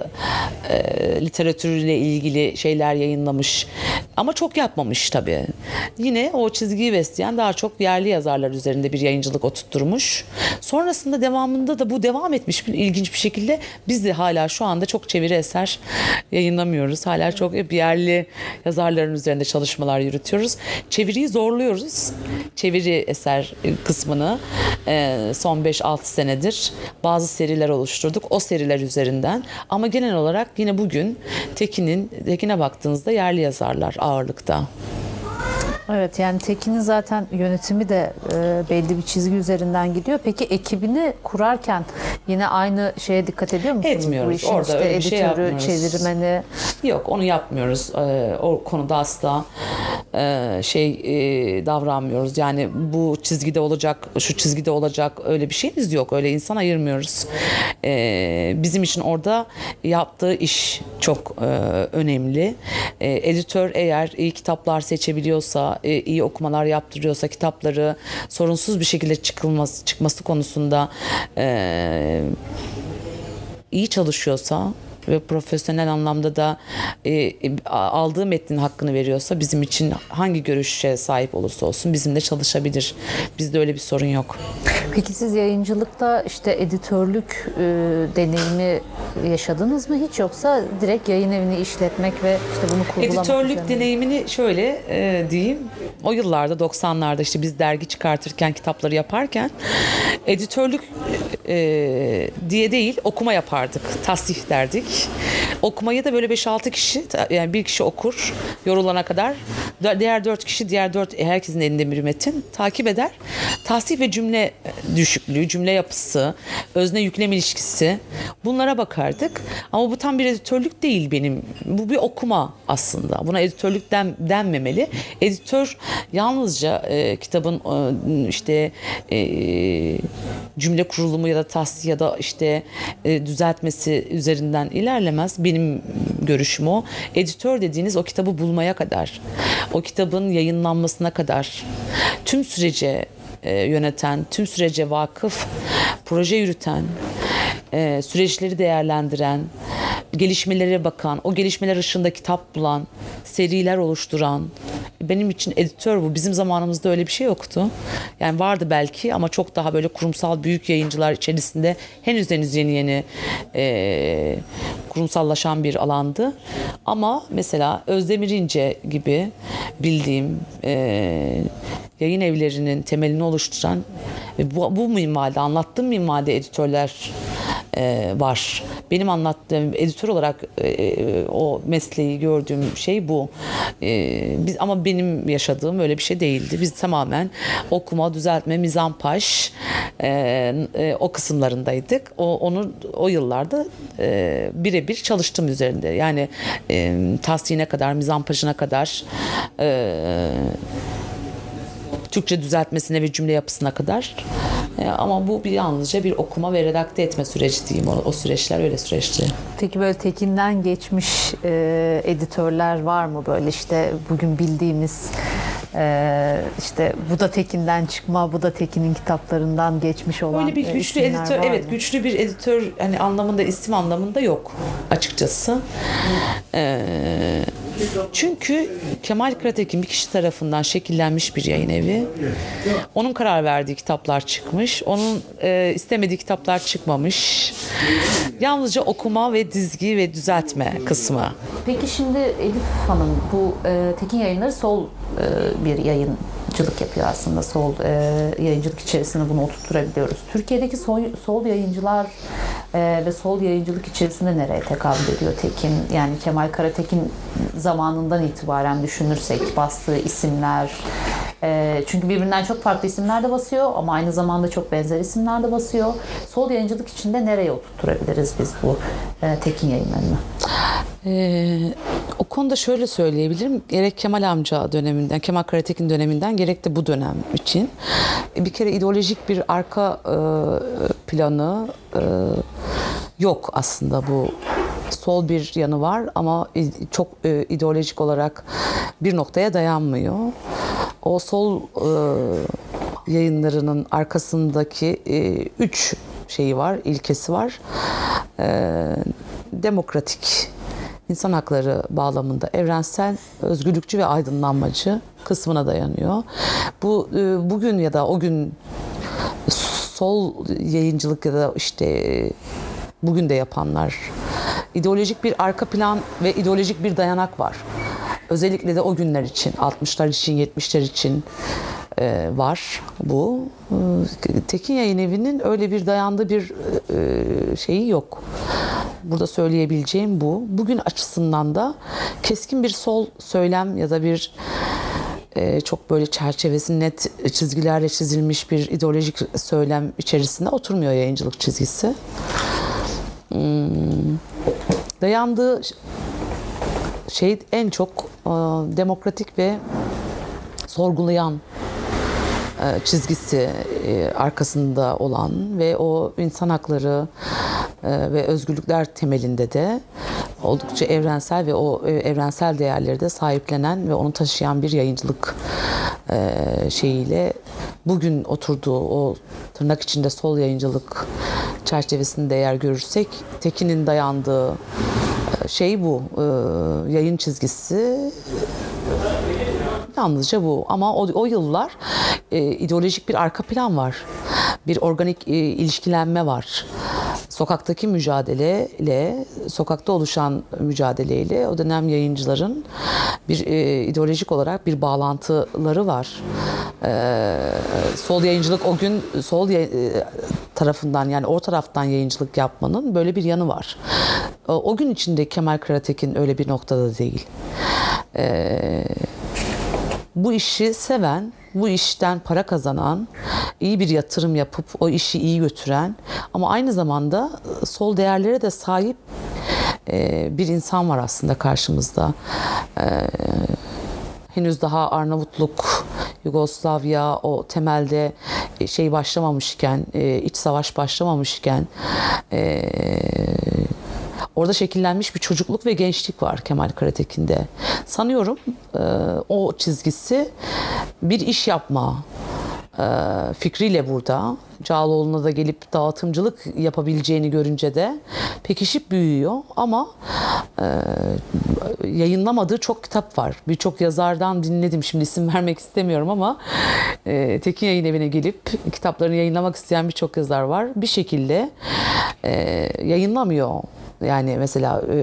e, literatürüyle ilgili şeyler yayınlamış. Ama çok yapmamış tabii. Yine o çizgiyi besleyen daha çok yerli yazarlar üzerinde bir yayıncılık oturtturmuş. Sonrasında devamında da bu devam etmiş bir ilginç bir şekilde. Biz de hala şu anda çok çeviri eser yayınlamıyoruz. Hala çok hep yerli yazarların üzerinde çalışmalar yürütüyoruz. Çeviriyi zorluyoruz. Çeviri eser kısmını e, son beş altı senedir bazı seriler oluşturduk. O seriler üzerinden. Ama genel olarak yine bugün Tekin'in Tekin'e baktığınızda yerli yazarlar ağırlıkta. Evet, yani Tekin'in zaten yönetimi de e, belli bir çizgi üzerinden gidiyor. Peki ekibini kurarken yine aynı şeye dikkat ediyor musunuz? Etmiyoruz. Bu işin Orada işte öyle bir şey editörü, yapmıyoruz. çevirmeni. Yok, onu yapmıyoruz. Ee, o konuda asla e, şey e, davranmıyoruz. Yani bu çizgide olacak, şu çizgide olacak öyle bir şeyimiz yok. Öyle insan ayırmıyoruz. Ee, bizim için orada yaptığı iş çok e, önemli. E, editör eğer iyi kitaplar seçebiliyorsa, e, iyi okumalar yaptırıyorsa, kitapları sorunsuz bir şekilde çıkılması, çıkması konusunda e, iyi çalışıyorsa ve profesyonel anlamda da e, e, aldığı metnin hakkını veriyorsa bizim için hangi görüşe sahip olursa olsun bizimle çalışabilir. Bizde öyle bir sorun yok. Peki siz yayıncılıkta işte editörlük e, deneyimi yaşadınız mı hiç, yoksa direkt yayın evini işletmek ve işte bunu kurgulamak Editörlük üzerine? deneyimini şöyle e, diyeyim. O yıllarda doksanlarda işte biz dergi çıkartırken, kitapları yaparken editörlük e, diye değil okuma yapardık. Tasnif derdik. Okumayı da böyle beş altı kişi, yani bir kişi okur yorulana kadar, diğer dört kişi, diğer dört herkesin elinde bir metin takip eder. Tasnif ve cümle düşüklüğü, cümle yapısı, özne yüklem ilişkisi, bunlara bakardık. Ama bu tam bir editörlük değil benim. Bu bir okuma aslında. Buna editörlük den, denmemeli. Editör yalnızca e, kitabın e, işte e, cümle kurulumu ya da tasnif ya da işte e, düzeltmesi üzerinden ilerlemez. Benim görüşüm o. Editör dediğiniz o kitabı bulmaya kadar, o kitabın yayınlanmasına kadar tüm sürece e, yöneten, tüm sürece vakıf, proje yürüten, e, süreçleri değerlendiren, gelişmelere bakan, o gelişmeler ışığında kitap bulan, seriler oluşturan. Benim için editör bu. Bizim zamanımızda öyle bir şey yoktu. Yani vardı belki ama çok daha böyle kurumsal büyük yayıncılar içerisinde henüz henüz yeni yeni e, kurumsallaşan bir alandı. Ama mesela Özdemir İnce gibi bildiğim e, yayın evlerinin temelini oluşturan ve bu, bu minvalde, anlattığım minvalde editörler e, var. Benim anlattığım editör olarak e, o mesleği gördüğüm şey bu. E, biz ama benim yaşadığım öyle bir şey değildi. Biz tamamen okuma, düzeltme, mizampaj e, e, o kısımlarındaydık. O onu o yıllarda e, birebir çalıştım üzerinde. Yani e, tasnifine kadar, mizampajına kadar, e, Türkçe düzeltmesine ve cümle yapısına kadar. E, ama bu bir yalnızca bir okuma ve redakte etme süreci diyeyim. O, o süreçler öyle süreçti. Peki böyle Tekin'den geçmiş e, editörler var mı, böyle işte bugün bildiğimiz e, işte bu da Tekin'den çıkma, bu da Tekin'in kitaplarından geçmiş olan Böyle bir e, güçlü isimler editör, var evet mı? güçlü bir editör hani anlamında, isim anlamında yok açıkçası. Ee, çünkü Kemal Karatekin bir kişi tarafından şekillenmiş bir yayın evi. Onun karar verdiği kitaplar çıkmış. Onun e, istemediği kitaplar çıkmamış. Yalnızca okuma ve dizgi ve düzeltme kısmı. Peki şimdi Elif Hanım, bu e, Tekin Yayınları sol e, bir yayıncılık yapıyor aslında. Sol e, yayıncılık içerisinde bunu oturtturabiliyoruz. Türkiye'deki sol, sol yayıncılar e, ve sol yayıncılık içerisinde nereye tekabül ediyor Tekin? Yani Kemal Karatekin zamanından itibaren düşünürsek bastığı isimler, e, çünkü birbirinden çok farklı isimler de basıyor ama aynı zamanda çok benzer isimler de basıyor. Sol yayıncılık içinde nereye oturtturabiliriz biz bu e, Tekin Yayınlarını? Ee, o konuda şöyle söyleyebilirim. Gerek Kemal amca döneminden, Kemal Karatekin döneminden, gerek de bu dönem için bir kere ideolojik bir arka e, planı e, yok aslında. Bu sol bir yanı var ama çok e, ideolojik olarak bir noktaya dayanmıyor. O sol e, yayınlarının arkasındaki e, üç şeyi var, ilkesi var. Ee, demokratik, insan hakları bağlamında evrensel, özgürlükçü ve aydınlanmacı kısmına dayanıyor. Bu e, bugün ya da o gün sol yayıncılık ya da işte bugün de yapanlar, ideolojik bir arka plan ve ideolojik bir dayanak var. Özellikle de o günler için, altmışlar için, yetmişler için e, var bu. E, Tekin Yayın Evi'nin öyle bir dayandığı bir e, şeyi yok. Burada söyleyebileceğim bu. Bugün açısından da keskin bir sol söylem ya da bir e, çok böyle çerçevesi net çizgilerle çizilmiş bir ideolojik söylem içerisinde oturmuyor yayıncılık çizgisi. Hmm. Dayandığı şey en çok e, demokratik ve sorgulayan e, çizgisi e, arkasında olan ve o insan hakları e, ve özgürlükler temelinde de oldukça evrensel ve o e, evrensel değerleri de sahiplenen ve onu taşıyan bir yayıncılık e, şeyiyle bugün oturduğu o tırnak içinde sol yayıncılık çerçevesinde eğer görürsek Tekin'in dayandığı şey bu, e, yayın çizgisi yalnızca bu. Ama o, o yıllar e, ideolojik bir arka plan var. Bir organik e, ilişkilenme var. Sokaktaki mücadeleyle, sokakta oluşan mücadeleyle o dönem yayıncıların bir e, ideolojik olarak bir bağlantıları var. E, sol yayıncılık o gün sol yay, e, tarafından yani o taraftan yayıncılık yapmanın böyle bir yanı var. O, o gün içinde Kemal Karatekin öyle bir noktada değil. E, bu işi seven, bu işten para kazanan, iyi bir yatırım yapıp o işi iyi götüren ama aynı zamanda sol değerlere de sahip bir insan var aslında karşımızda. Henüz daha Arnavutluk, Yugoslavya o temelde şey başlamamışken, iç savaş başlamamışken orada şekillenmiş bir çocukluk ve gençlik var Kemal Karatekin'de. Sanıyorum o çizgisi bir iş yapma fikriyle burada. Cağaloğlu'na da gelip dağıtımcılık yapabileceğini görünce de pekişip büyüyor ama e, yayınlamadığı çok kitap var. Birçok yazardan dinledim. Şimdi isim vermek istemiyorum ama e, Tekin Yayın Evi'ne gelip kitaplarını yayınlamak isteyen birçok yazar var. Bir şekilde e, yayınlamıyor. Yani mesela e,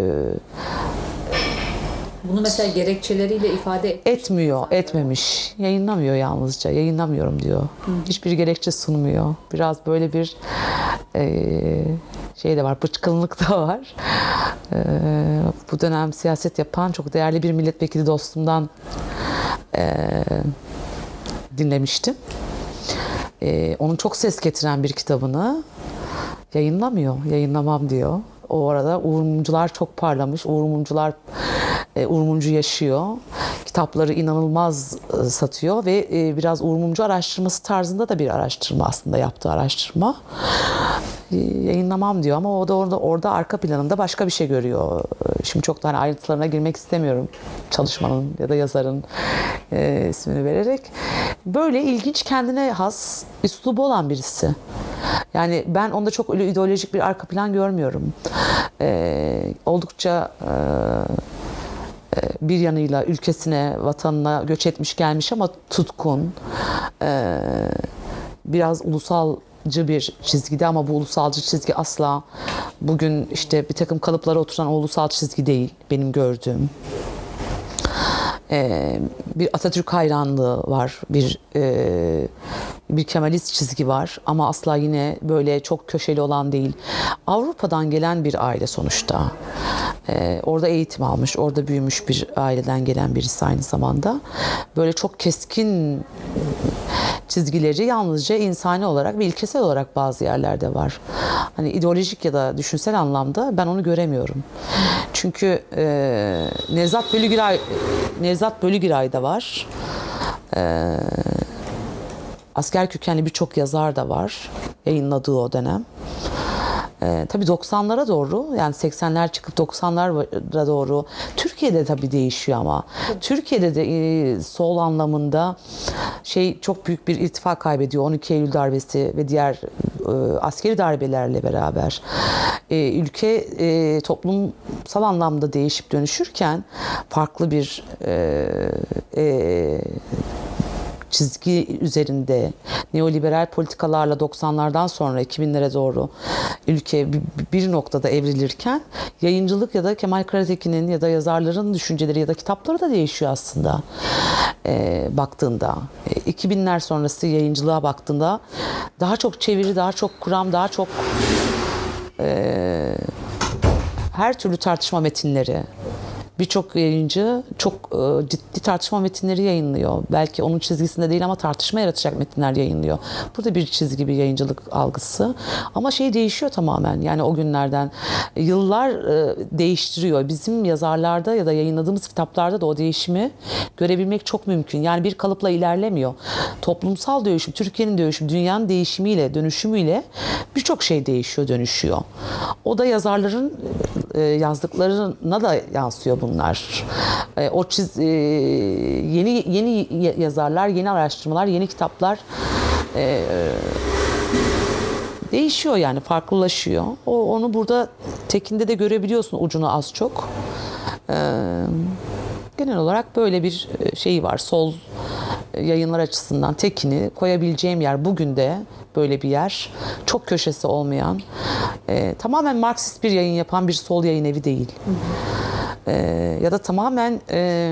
bunu mesela gerekçeleriyle ifade et- etmiyor, etmemiş. Yayınlamıyor yalnızca. Yayınlamıyorum diyor. Hı. Hiçbir gerekçe sunmuyor. Biraz böyle bir e, şey de var, bıçkınlık da var. E, bu dönem siyaset yapan çok değerli bir milletvekili dostumdan e, dinlemiştim. E, onun çok ses getiren bir kitabını yayınlamıyor. Yayınlamam diyor. O arada Uğur Mumcular çok parlamış. Uğur Mumcular Uğur Mumcu yaşıyor. Kitapları inanılmaz satıyor ve biraz Uğur Mumcu araştırması tarzında da bir araştırma aslında yaptığı araştırma. Yayınlamam diyor ama o da orada orada arka planında başka bir şey görüyor. Şimdi çok da hani ayrıntılarına girmek istemiyorum çalışmanın ya da yazarın e, ismini vererek. Böyle ilginç, kendine has, üslubu olan birisi. Yani ben onda çok öyle ideolojik bir arka plan görmüyorum. E, oldukça e, bir yanıyla ülkesine, vatanına göç etmiş gelmiş ama tutkun, e, biraz ulusalcı bir çizgide ama bu ulusalcı çizgi asla bugün işte bir takım kalıplara oturan o ulusal çizgi değil benim gördüğüm. E, bir Atatürk hayranlığı var, bir e, bir Kemalist çizgi var ama asla yine böyle çok köşeli olan değil. Avrupa'dan gelen bir aile sonuçta. Ee, orada eğitim almış, orada büyümüş bir aileden gelen birisi aynı zamanda. Böyle çok keskin çizgileri yalnızca insani olarak ve ilkesel olarak bazı yerlerde var. Hani ideolojik ya da düşünsel anlamda ben onu göremiyorum. Çünkü e, Nevzat Bölügiray, Nevzat Bölügiray da var. E, asker kökenli birçok yazar da var yayınladığı o dönem. Ee, tabii doksanlara doğru, yani seksenler çıkıp doksanlara doğru Türkiye'de tabii değişiyor ama Türkiye'de de e, sol anlamında şey çok büyük bir irtifa kaybediyor. on iki Eylül darbesi ve diğer e, askeri darbelerle beraber. E, ülke e, toplumsal anlamda değişip dönüşürken farklı bir e, e, çizgi üzerinde neoliberal politikalarla doksanlardan sonra iki binlere doğru ülke bir noktada evrilirken yayıncılık ya da Kemal Karatekin'in ya da yazarların düşünceleri ya da kitapları da değişiyor aslında e, baktığında. iki binler sonrası yayıncılığa baktığında daha çok çeviri, daha çok kuram, daha çok e, her türlü tartışma metinleri. Birçok yayıncı çok e, ciddi tartışma metinleri yayınlıyor. Belki onun çizgisinde değil ama tartışma yaratacak metinler yayınlıyor. Burada bir çizgi, bir yayıncılık algısı. Ama şey değişiyor tamamen. Yani o günlerden yıllar e, değiştiriyor. Bizim yazarlarda ya da yayınladığımız kitaplarda da o değişimi görebilmek çok mümkün. Yani bir kalıpla ilerlemiyor. Toplumsal dönüşüm, Türkiye'nin dönüşümü, dünyanın değişimiyle, dönüşümüyle birçok şey değişiyor, dönüşüyor. O da yazarların e, yazdıklarına da yansıyor bu. Bunlar. E, o çiz, e, yeni yeni yazarlar, yeni araştırmalar, yeni kitaplar e, değişiyor yani farklılaşıyor. O onu burada Tekin'de de görebiliyorsun ucunu az çok. E, genel olarak böyle bir şey var. Sol yayınlar açısından Tekin'i koyabileceğim yer bugün de böyle bir yer. Çok köşesi olmayan, e, tamamen Marksist bir yayın yapan bir sol yayın evi değil. Hı hı. Ee, ya da tamamen e,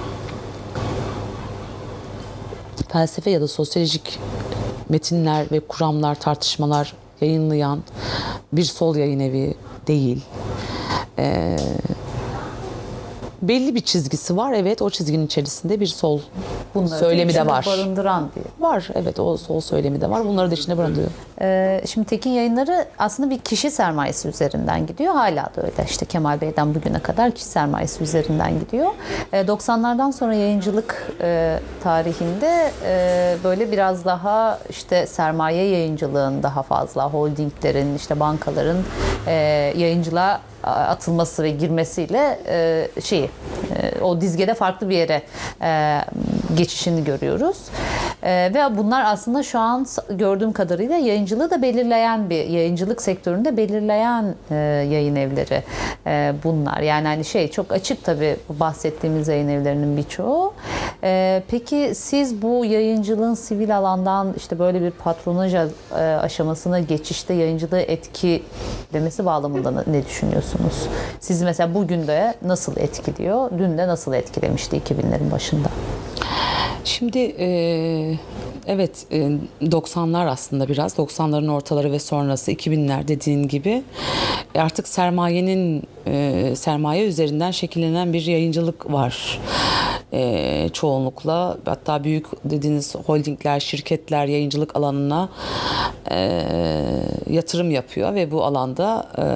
felsefe ya da sosyolojik metinler ve kuramlar, tartışmalar yayınlayan bir sol yayın evi değil. Ee, belli bir çizgisi var. Evet, o çizginin içerisinde bir sol bunları söylemi de var. Barındıran bir. Var. Evet, o sol söylemi de var. Bunları da içine barındırıyor. Ee, şimdi Tekin Yayınları aslında bir kişi sermayesi üzerinden gidiyor. Hala da öyle. İşte Kemal Bey'den bugüne kadar kişi sermayesi üzerinden gidiyor. Ee, doksanlardan sonra yayıncılık e, tarihinde e, böyle biraz daha işte sermaye yayıncılığın daha fazla, holdinglerin, işte bankaların e, yayıncılığa atılması ve girmesiyle e, şeyi e, o dizgede farklı bir yere e, geçişini görüyoruz. E, ve bunlar aslında şu an gördüğüm kadarıyla yayıncılığı da belirleyen bir yayıncılık sektöründe belirleyen e, yayın evleri e, bunlar. Yani hani şey çok açık tabii bu bahsettiğimiz yayın evlerinin birçoğu. E, peki siz bu yayıncılığın sivil alandan işte böyle bir patronaj e, aşamasına geçişte yayıncılığı etkilemesi bağlamında ne düşünüyorsunuz? Siz mesela bugün de nasıl etkiliyor? Dün de nasıl etkilemişti iki binlerin başında? Şimdi e, evet e, doksanlar aslında biraz doksanların ortaları ve sonrası iki binler dediğin gibi artık sermayenin e, sermaye üzerinden şekillenen bir yayıncılık var. E, çoğunlukla hatta büyük dediğiniz holdingler, şirketler yayıncılık alanına e, yatırım yapıyor ve bu alanda e,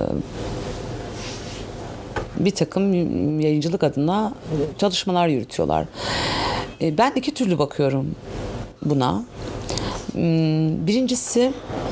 bir takım yayıncılık adına çalışmalar yürütüyorlar. Ben iki türlü bakıyorum buna. Birincisi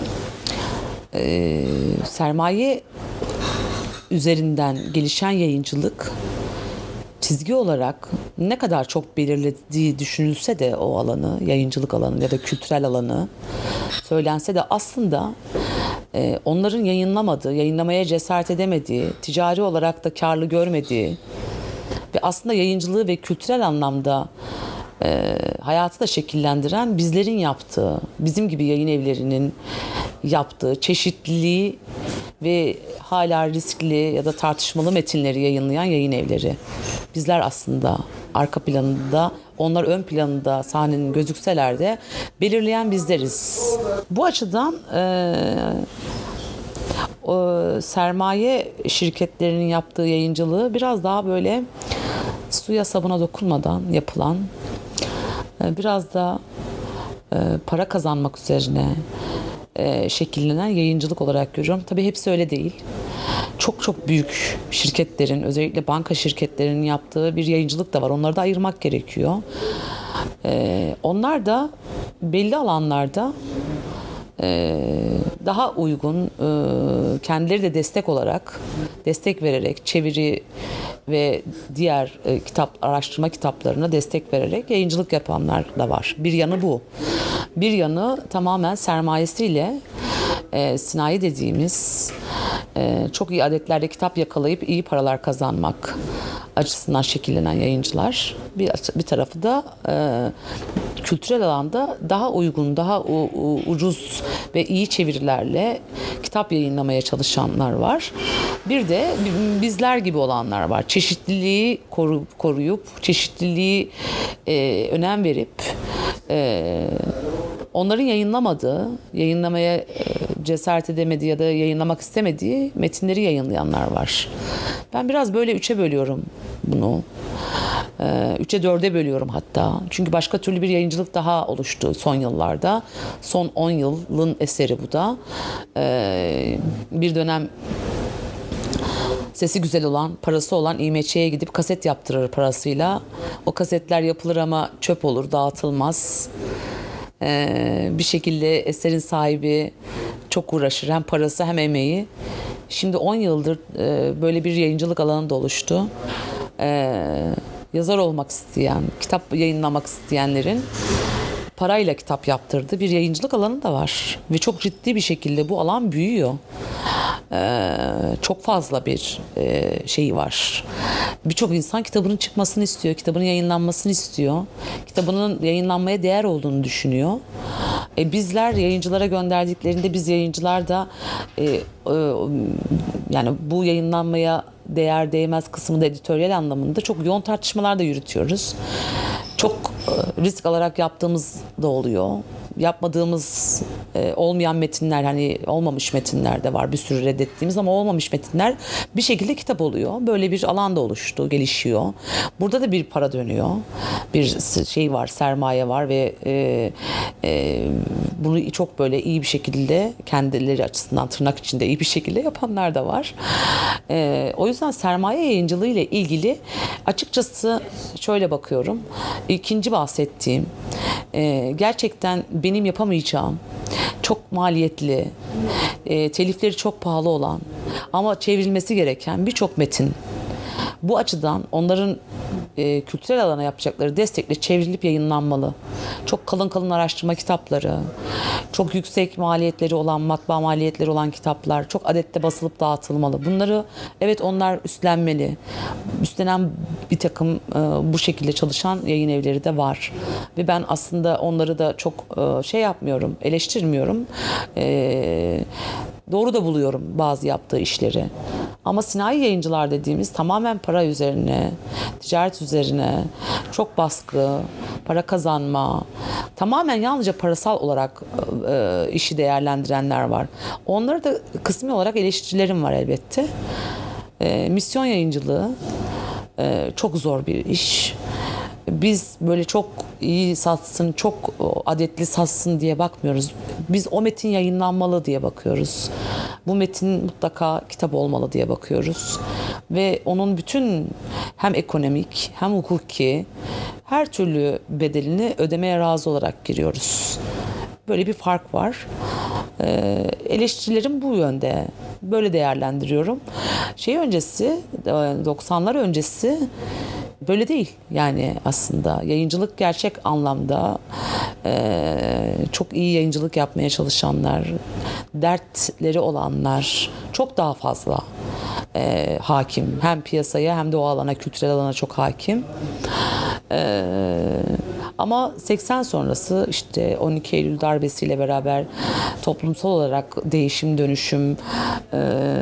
sermaye üzerinden gelişen yayıncılık çizgi olarak ne kadar çok belirlediği düşünülse de o alanı, yayıncılık alanı ya da kültürel alanı söylense de aslında e, onların yayınlamadığı, yayınlamaya cesaret edemediği, ticari olarak da karlı görmediği ve aslında yayıncılığı ve kültürel anlamda e, hayatı da şekillendiren bizlerin yaptığı, bizim gibi yayın evlerinin yaptığı çeşitliliği ve hala riskli ya da tartışmalı metinleri yayınlayan yayın evleri. Bizler aslında arka planında, onlar ön planında sahnenin gözükseler de belirleyen bizleriz. Bu açıdan e, o sermaye şirketlerinin yaptığı yayıncılığı biraz daha böyle suya sabuna dokunmadan yapılan, e, biraz da e, para kazanmak üzerine e, şekillenen yayıncılık olarak görüyorum. Tabii hepsi öyle değil. Çok çok büyük şirketlerin, özellikle banka şirketlerinin yaptığı bir yayıncılık da var. Onları da ayırmak gerekiyor. Ee, onlar da belli alanlarda e, daha uygun, e, kendileri de destek olarak, destek vererek, çeviri ve diğer e, kitap araştırma kitaplarına destek vererek yayıncılık yapanlar da var. Bir yanı bu. Bir yanı tamamen sermayesiyle e, sinayi dediğimiz e, çok iyi adetlerde kitap yakalayıp iyi paralar kazanmak açısından şekillenen yayıncılar. Bir, bir tarafı da e, kültürel alanda daha uygun, daha u, u, ucuz ve iyi çevirilerle kitap yayınlamaya çalışanlar var. Bir de bizler gibi olanlar var. Çeşitliliği koru, koruyup, çeşitliliği e, önem verip e, onların yayınlamadığı, yayınlamaya e, cesaret edemediği ya da yayınlamak istemediği metinleri yayınlayanlar var. Ben biraz böyle üçe bölüyorum bunu. E, üçe dörde bölüyorum hatta. Çünkü başka türlü bir yayıncılık daha oluştu son yıllarda. Son on yılın eseri bu da. E, bir dönem sesi güzel olan, parası olan İ M Ç'ye gidip kaset yaptırır parasıyla. O kasetler yapılır ama çöp olur, dağıtılmaz. Ee, bir şekilde eserin sahibi çok uğraşır. Hem parası hem emeği. Şimdi on yıldır e, böyle bir yayıncılık alanı da oluştu. Ee, yazar olmak isteyen, kitap yayınlamak isteyenlerin parayla kitap yaptırdığı bir yayıncılık alanı da var. Ve çok ciddi bir şekilde bu alan büyüyor. Ee, çok fazla bir e, şeyi var. Birçok insan kitabının çıkmasını istiyor, kitabının yayınlanmasını istiyor. Kitabının yayınlanmaya değer olduğunu düşünüyor. E, bizler yayıncılara gönderdiklerinde biz yayıncılar da e, e, yani bu yayınlanmaya değer değmez kısmında editoryal anlamında çok yoğun tartışmalar da yürütüyoruz. Çok e, risk alarak yaptığımız da oluyor. Yapmadığımız e, olmayan metinler, hani olmamış metinler de var, bir sürü reddettiğimiz ama olmamış metinler bir şekilde kitap oluyor. Böyle bir alan da oluştu, gelişiyor. Burada da bir para dönüyor. Bir şey var, sermaye var ve e, e, bunu çok böyle iyi bir şekilde kendileri açısından tırnak içinde iyi bir şekilde yapanlar da var. E, o yüzden sermaye yayıncılığı ile ilgili açıkçası şöyle bakıyorum. İkinci bahsettiğim e, gerçekten benim yapamayacağım, çok maliyetli, e, telifleri çok pahalı olan ama çevrilmesi gereken birçok metin. Bu açıdan onların e, kültürel alana yapacakları destekle çevrilip yayınlanmalı. Çok kalın kalın araştırma kitapları, çok yüksek maliyetleri olan, matbaa maliyetleri olan kitaplar, çok adette basılıp dağıtılmalı. Bunları evet onlar üstlenmeli. Üstlenen bir takım e, bu şekilde çalışan yayın evleri de var. Ve ben aslında onları da çok e, şey yapmıyorum, eleştirmiyorum. E, doğru da buluyorum bazı yaptığı işleri. Ama sinayi yayıncılar dediğimiz tamamen para üzerine, ticaret üzerine, çok baskı, para kazanma, tamamen yalnızca parasal olarak e, işi değerlendirenler var. Onları da kısmi olarak eleştirilerim var elbette. E, misyon yayıncılığı e, çok zor bir iş. Biz böyle çok iyi satsın, çok adetli satsın diye bakmıyoruz. Biz o metin yayınlanmalı diye bakıyoruz. Bu metin mutlaka kitap olmalı diye bakıyoruz. Ve onun bütün hem ekonomik hem hukuki her türlü bedelini ödemeye razı olarak giriyoruz. Böyle bir fark var. Ee, eleştirilerim bu yönde. Böyle değerlendiriyorum. Şey öncesi, doksanlar öncesi böyle değil yani aslında. Yayıncılık gerçek anlamda e, çok iyi yayıncılık yapmaya çalışanlar, dertleri olanlar çok daha fazla e, hakim. Hem piyasaya hem de o alana, kültürel alana çok hakim. E, ama seksen sonrası işte on iki Eylül darbesiyle beraber toplumsal olarak değişim, dönüşüm, e,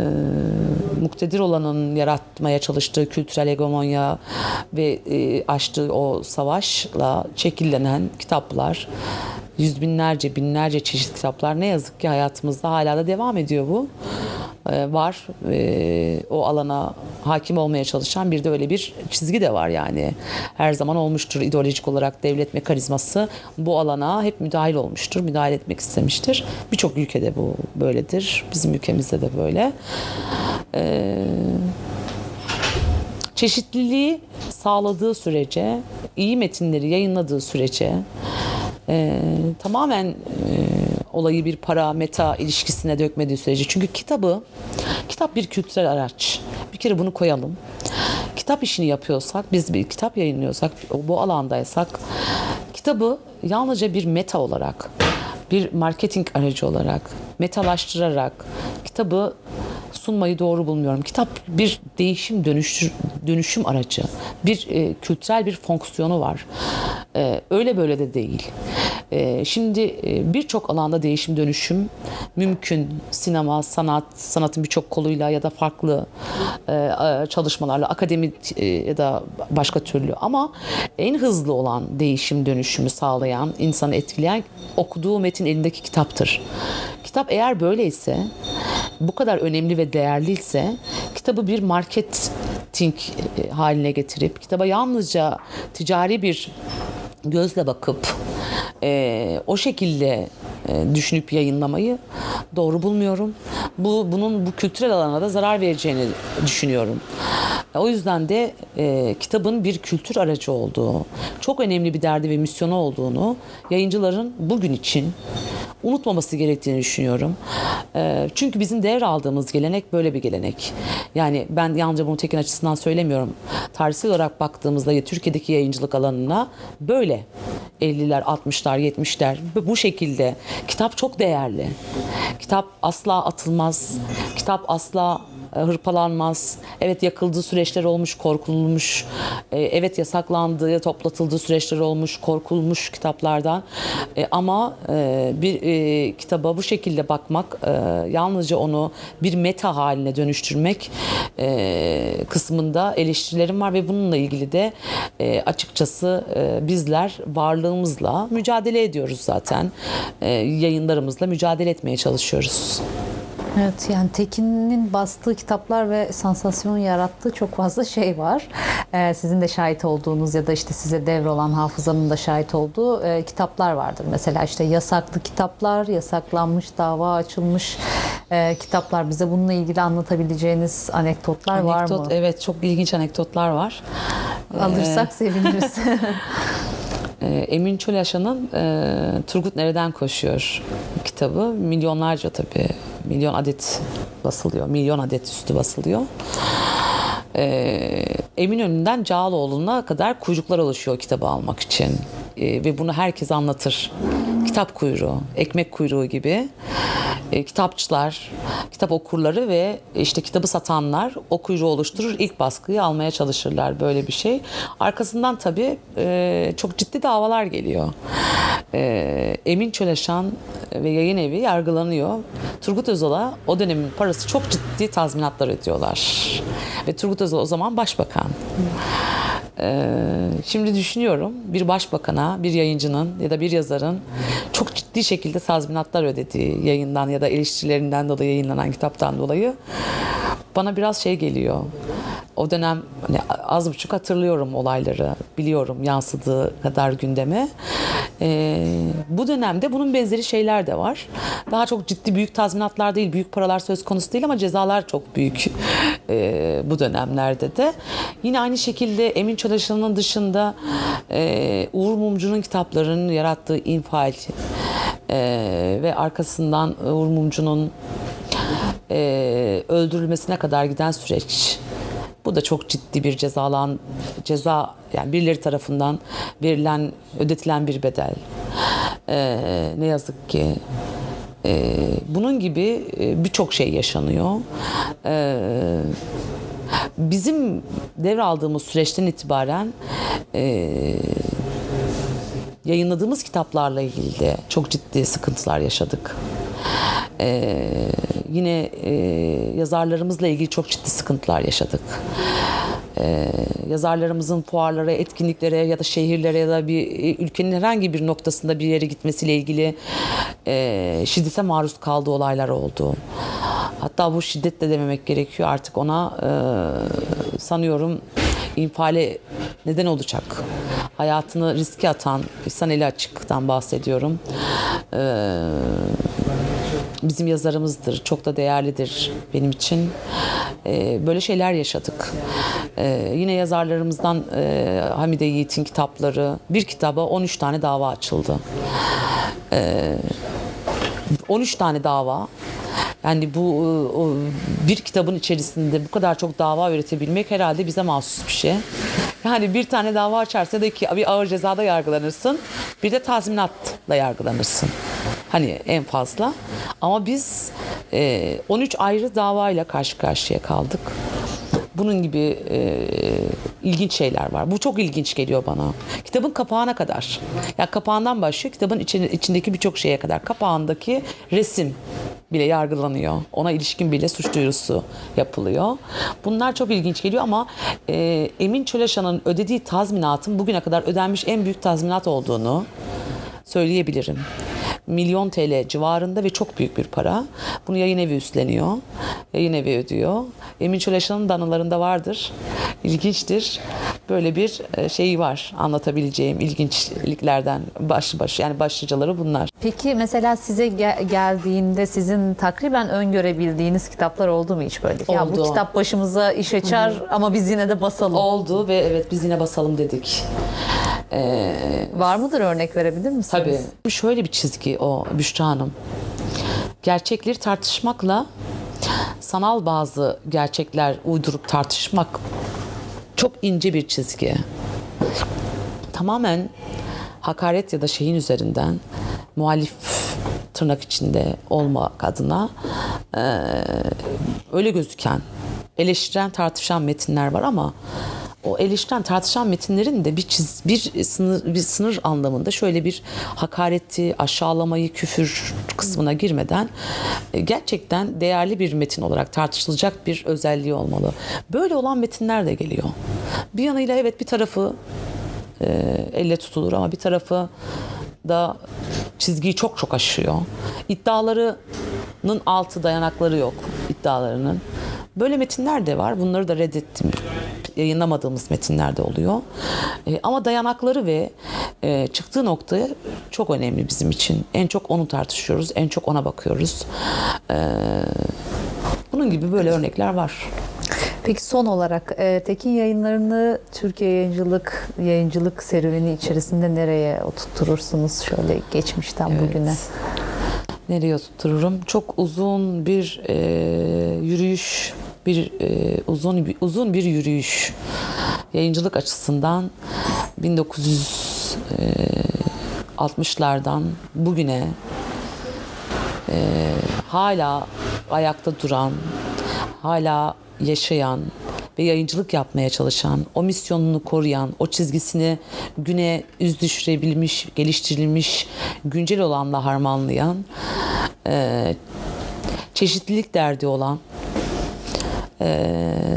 muktedir olanın yaratmaya çalıştığı kültürel hegemonya ve e, açtığı o savaşla şekillenen kitaplar, yüz binlerce, binlerce çeşit kitaplar ne yazık ki hayatımızda hala da devam ediyor bu. Ee, var. Ee, o alana hakim olmaya çalışan bir de öyle bir çizgi de var yani. Her zaman olmuştur ideolojik olarak devlet mekanizması bu alana hep müdahil olmuştur. Müdahale etmek istemiştir. Birçok ülkede bu böyledir. Bizim ülkemizde de böyle. Ee, çeşitliliği sağladığı sürece, iyi metinleri yayınladığı sürece e, tamamen e, olayı bir para meta ilişkisine dökmediği sürece. Çünkü kitabı, kitap bir kültürel araç. Bir kere bunu koyalım. Kitap işini yapıyorsak, biz bir kitap yayınlıyorsak, bu alandaysak, kitabı yalnızca bir meta olarak, bir marketing aracı olarak, metalaştırarak kitabı sunmayı doğru bulmuyorum. Kitap bir değişim dönüştür, dönüşüm aracı. Bir e, kültürel bir fonksiyonu var. E, öyle böyle de değil. E, şimdi e, birçok alanda değişim dönüşüm mümkün. Sinema, sanat, sanatın birçok koluyla ya da farklı e, çalışmalarla, akademik e, ya da başka türlü. Ama en hızlı olan değişim dönüşümü sağlayan, insanı etkileyen okuduğu metin elindeki kitaptır. Kitap eğer böyleyse, bu kadar önemli ve değerliyse, kitabı bir marketing haline getirip, kitaba yalnızca ticari bir gözle bakıp e, o şekilde e, düşünüp yayınlamayı doğru bulmuyorum. Bu bunun bu kültürel alana da zarar vereceğini düşünüyorum. O yüzden de e, kitabın bir kültür aracı olduğu, çok önemli bir derdi ve misyonu olduğunu yayıncıların bugün için unutmaması gerektiğini düşünüyorum. E, çünkü bizim devraldığımız gelenek böyle bir gelenek. Yani ben yalnızca bunu Tekin açısından söylemiyorum. Tarihsel olarak baktığımızda Türkiye'deki yayıncılık alanına böyle elliler, altmışlar, yetmişler bu şekilde. Kitap çok değerli. Kitap asla atılmaz. Kitap asla hırpalanmaz. Evet, yakıldığı süreçler olmuş, korkulmuş. Evet, yasaklandığı, toplatıldığı süreçler olmuş, korkulmuş kitaplardan. Ama bir kitaba bu şekilde bakmak, yalnızca onu bir meta haline dönüştürmek kısmında eleştirilerim var ve bununla ilgili de açıkçası bizler varlığımızla mücadele ediyoruz zaten. Yayınlarımızla mücadele etmeye çalışıyoruz. Evet, yani Tekin'in bastığı kitaplar ve sansasyon yarattığı çok fazla şey var. Ee, sizin de şahit olduğunuz ya da işte size devrolan hafızanın da şahit olduğu e, kitaplar vardır. Mesela işte yasaklı kitaplar, yasaklanmış, dava açılmış e, kitaplar. Bize bununla ilgili anlatabileceğiniz anekdotlar Anekdot, var mı? Evet, çok ilginç anekdotlar var. Alırsak ee... seviniriz. Emin Çölaşan'ın e, Turgut Nereden Koşuyor kitabı milyonlarca, tabii milyon adet basılıyor, milyon adet üstü basılıyor. E, Eminönü'nden Cağaloğlu'na kadar kuyruklar oluşuyor kitabı almak için e, ve bunu herkes anlatır. Kitap kuyruğu, ekmek kuyruğu gibi. E, kitapçılar, kitap okurları ve işte kitabı satanlar o kuyruğu oluşturur, ilk baskıyı almaya çalışırlar, böyle bir şey. Arkasından tabii e, çok ciddi davalar geliyor. E, Emin Çölaşan ve yayın evi yargılanıyor. Turgut Özal'a o dönemin parası çok ciddi tazminatlar ödüyorlar. Ve Turgut Özal o zaman başbakan. Ee, şimdi düşünüyorum, bir başbakana, bir yayıncının ya da bir yazarın çok ciddi şekilde tazminatlar ödediği yayından ya da eleştirilerinden dolayı yayınlanan kitaptan dolayı bana biraz şey geliyor. O dönem hani az buçuk hatırlıyorum olayları, biliyorum yansıdığı kadar gündeme. Ee, bu dönemde bunun benzeri şeyler de var. Daha çok ciddi büyük tazminatlar değil, büyük paralar söz konusu değil ama cezalar çok büyük ee, bu dönemlerde de. Yine aynı şekilde Emin Çölaşan'ın dışında e, Uğur Mumcu'nun kitaplarının yarattığı infial e, ve arkasından Uğur Mumcu'nun e, öldürülmesine kadar giden süreç. Bu da çok ciddi bir cezalan ceza, yani birileri tarafından verilen, ödetilen bir bedel. Ee, ne yazık ki e, bunun gibi e, birçok şey yaşanıyor. Ee, bizim devraldığımız süreçten itibaren e, yayınladığımız kitaplarla ilgili de çok ciddi sıkıntılar yaşadık. Ee, yine e, yazarlarımızla ilgili çok ciddi sıkıntılar yaşadık. Ee, yazarlarımızın fuarlara, etkinliklere ya da şehirlere ya da bir ülkenin herhangi bir noktasında bir yere gitmesiyle ilgili e, şiddete maruz kaldığı olaylar oldu. Hatta bu şiddet de dememek gerekiyor artık ona, e, sanıyorum infiale neden olacak. Hayatını riske atan İhsan Eli Açık'tan bahsediyorum. Ee, bizim yazarımızdır. Çok da değerlidir benim için. Ee, böyle şeyler yaşadık. Ee, yine yazarlarımızdan e, Hamide Yiğit'in kitapları, bir kitaba on üç tane dava açıldı. Ee, on üç tane dava. Yani bu o, bir kitabın içerisinde bu kadar çok dava üretebilmek herhalde bize mahsus bir şey. Yani bir tane dava açarsa da ki bir ağır cezada yargılanırsın, bir de tazminatla yargılanırsın. Hani en fazla. Ama biz e, on üç ayrı davayla karşı karşıya kaldık. Bunun gibi e, ilginç şeyler var. Bu çok ilginç geliyor bana. Kitabın kapağına kadar. Ya kapağından başlıyor, kitabın içine, içindeki birçok şeye kadar. Kapağındaki resim bile yargılanıyor. Ona ilişkin bile suç duyurusu yapılıyor. Bunlar çok ilginç geliyor ama e, Emin Çöleşan'ın ödediği tazminatın bugüne kadar ödenmiş en büyük tazminat olduğunu söyleyebilirim. Milyon T L civarında ve çok büyük bir para. Bunu yayın evi üstleniyor. Yayın evi ödüyor. Emin Çöleşan'ın da anılarında vardır. İlginçtir. Böyle bir şeyi var anlatabileceğim ilginçliklerden baş baş yani başlıcaları bunlar. Peki mesela size gel- geldiğinde sizin takriben öngörebildiğiniz kitaplar oldu mu hiç böyle? Ya bu Oldu. kitap başımıza iş açar ama biz yine de basalım. Oldu ve evet biz yine basalım dedik. Ee, Var mıdır, örnek verebilir misiniz? Tabii. Şöyle bir çizgi o Büşra Hanım. Gerçekleri tartışmakla sanal bazı gerçekler uydurup tartışmak çok ince bir çizgi. Tamamen hakaret ya da şeyin üzerinden muhalif tırnak içinde olmak adına e, öyle gözüken, eleştiren, tartışan metinler var ama o eleştiren, tartışan metinlerin de bir çiz, bir sınır bir sınır anlamında şöyle bir hakareti, aşağılamayı, küfür kısmına girmeden gerçekten değerli bir metin olarak tartışılacak bir özelliği olmalı. Böyle olan metinler de geliyor. Bir yanıyla evet bir tarafı e, elle tutulur ama bir tarafı da çizgiyi çok çok aşıyor. İddialarının altı dayanakları yok iddialarının. Böyle metinler de var. Bunları da reddettim. Yayınlamadığımız metinler de oluyor. E, ama dayanakları ve e, çıktığı nokta çok önemli bizim için. En çok onu tartışıyoruz. En çok ona bakıyoruz. E, bunun gibi böyle örnekler var. Peki son olarak e, Tekin Yayınları'nı Türkiye yayıncılık yayıncılık serüveni içerisinde nereye oturturursunuz şöyle geçmişten Evet. bugüne? Nereye tuttururum? Çok uzun bir e, yürüyüş, bir e, uzun bir, uzun bir yürüyüş. Yayıncılık açısından bin dokuz yüz altmışlardan bugüne e, hala ayakta duran, hala yaşayan ve yayıncılık yapmaya çalışan, o misyonunu koruyan, o çizgisini güne yüz düşürebilmiş, geliştirilmiş, güncel olanla harmanlayan, e, çeşitlilik derdi olan e,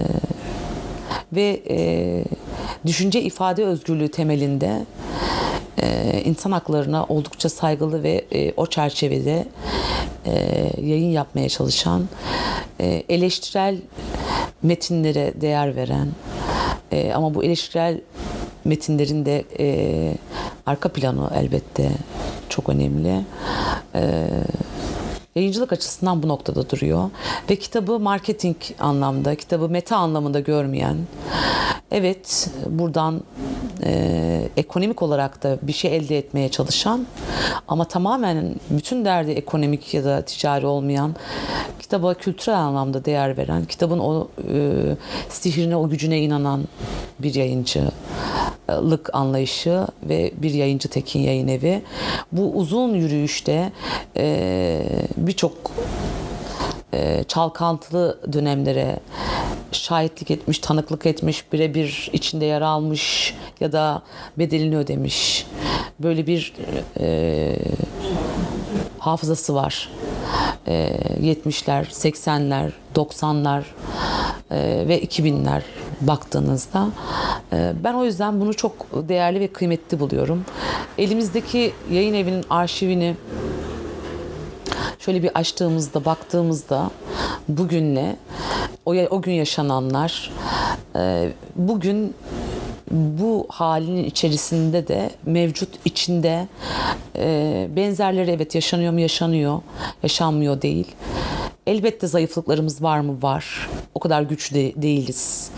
ve e, düşünce ifade özgürlüğü temelinde e, insan haklarına oldukça saygılı ve e, o çerçevede e, yayın yapmaya çalışan, e, eleştirel metinlere değer veren e, ama bu eleştirel metinlerin de e, arka planı elbette çok önemli. E, yayıncılık açısından bu noktada duruyor ve kitabı marketing anlamda, kitabı meta anlamında görmeyen, evet buradan e, ekonomik olarak da bir şey elde etmeye çalışan ama tamamen bütün derdi ekonomik ya da ticari olmayan, kitaba kültürel anlamda değer veren, kitabın o e, sihrine, o gücüne inanan bir yayıncılık anlayışı ve bir yayıncı Tekin Yayın Evi. Bu uzun yürüyüşte e, birçok e, çalkantılı dönemlere şahitlik etmiş, tanıklık etmiş, birebir içinde yer almış ya da bedelini ödemiş. Böyle bir e, hafızası var. E, yetmişler, seksenler, doksanlar e, ve iki binler baktığınızda. E, ben o yüzden bunu çok değerli ve kıymetli buluyorum. Elimizdeki yayın evinin arşivini şöyle bir açtığımızda, baktığımızda bugünle o, o gün yaşananlar, e, bugün bu halinin içerisinde de mevcut içinde e, benzerleri evet yaşanıyor mu? Yaşanıyor. Yaşanmıyor değil. Elbette zayıflıklarımız var mı? Var. O kadar güçlü de, değiliz.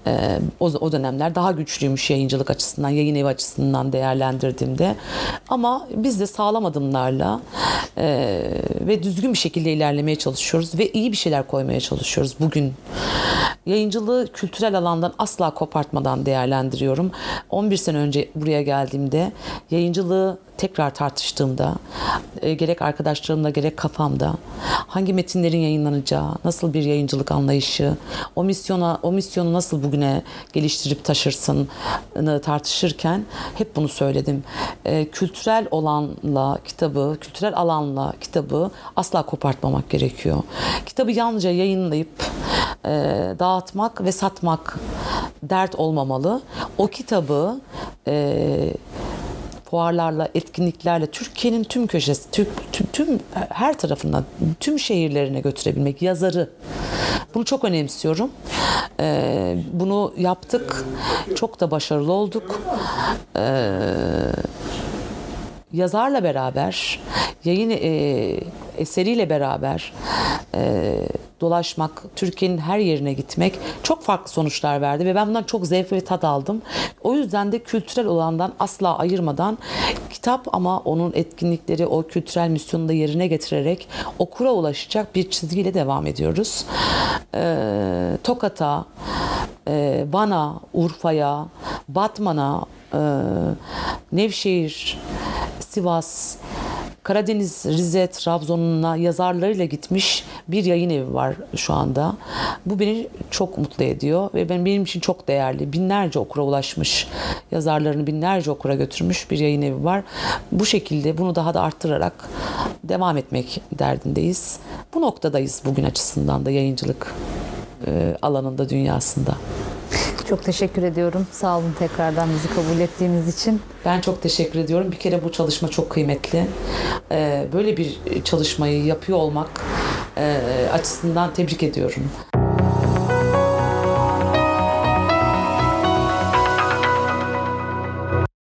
Ee, o, o dönemler daha güçlüymüş yayıncılık açısından, yayın evi açısından değerlendirdiğimde. Ama biz de sağlam adımlarla e, ve düzgün bir şekilde ilerlemeye çalışıyoruz ve iyi bir şeyler koymaya çalışıyoruz bugün. Yayıncılığı kültürel alandan asla kopartmadan değerlendiriyorum. on bir sene önce buraya geldiğimde yayıncılığı tekrar tartıştığımda e, gerek arkadaşlarımla gerek kafamda hangi metinlerin yayınlanacağı, nasıl bir yayıncılık anlayışı, o misyona o misyonu nasıl bugüne geliştirip taşırsın tartışırken hep bunu söyledim. E, kültürel olanla kitabı, kültürel alanla kitabı asla kopartmamak gerekiyor. Kitabı yalnızca yayınlayıp e, dağıtmak ve satmak dert olmamalı. O kitabı e, fuarlarla, etkinliklerle Türkiye'nin tüm köşesi, tüm, tüm, tüm her tarafından, tüm şehirlerine götürebilmek, yazarı. Bunu çok önemsiyorum. Ee, bunu yaptık. Çok da başarılı olduk. Ee, yazarla beraber, yayın e, eseriyle beraber e, dolaşmak, Türkiye'nin her yerine gitmek çok farklı sonuçlar verdi ve ben bundan çok zevk ve tat aldım. O yüzden de kültürel olandan asla ayırmadan kitap ama onun etkinlikleri, o kültürel misyonunu da yerine getirerek okura ulaşacak bir çizgiyle devam ediyoruz. Ee, Tokat'a, e, Van'a, Urfa'ya, Batman'a, e, Nevşehir, Sivas, Karadeniz, Rize, Trabzon'una yazarlarıyla gitmiş bir yayın evi var şu anda. Bu beni çok mutlu ediyor ve ben benim için çok değerli. Binlerce okura ulaşmış, yazarlarını binlerce okura götürmüş bir yayın evi var. Bu şekilde bunu daha da arttırarak devam etmek derdindeyiz. Bu noktadayız bugün açısından da yayıncılık e, alanında, dünyasında. Çok teşekkür ediyorum. Sağ olun tekrardan bizi kabul ettiğiniz için. Ben çok teşekkür ediyorum. Bir kere bu çalışma çok kıymetli. Ee, böyle bir çalışmayı yapıyor olmak e, açısından tebrik ediyorum.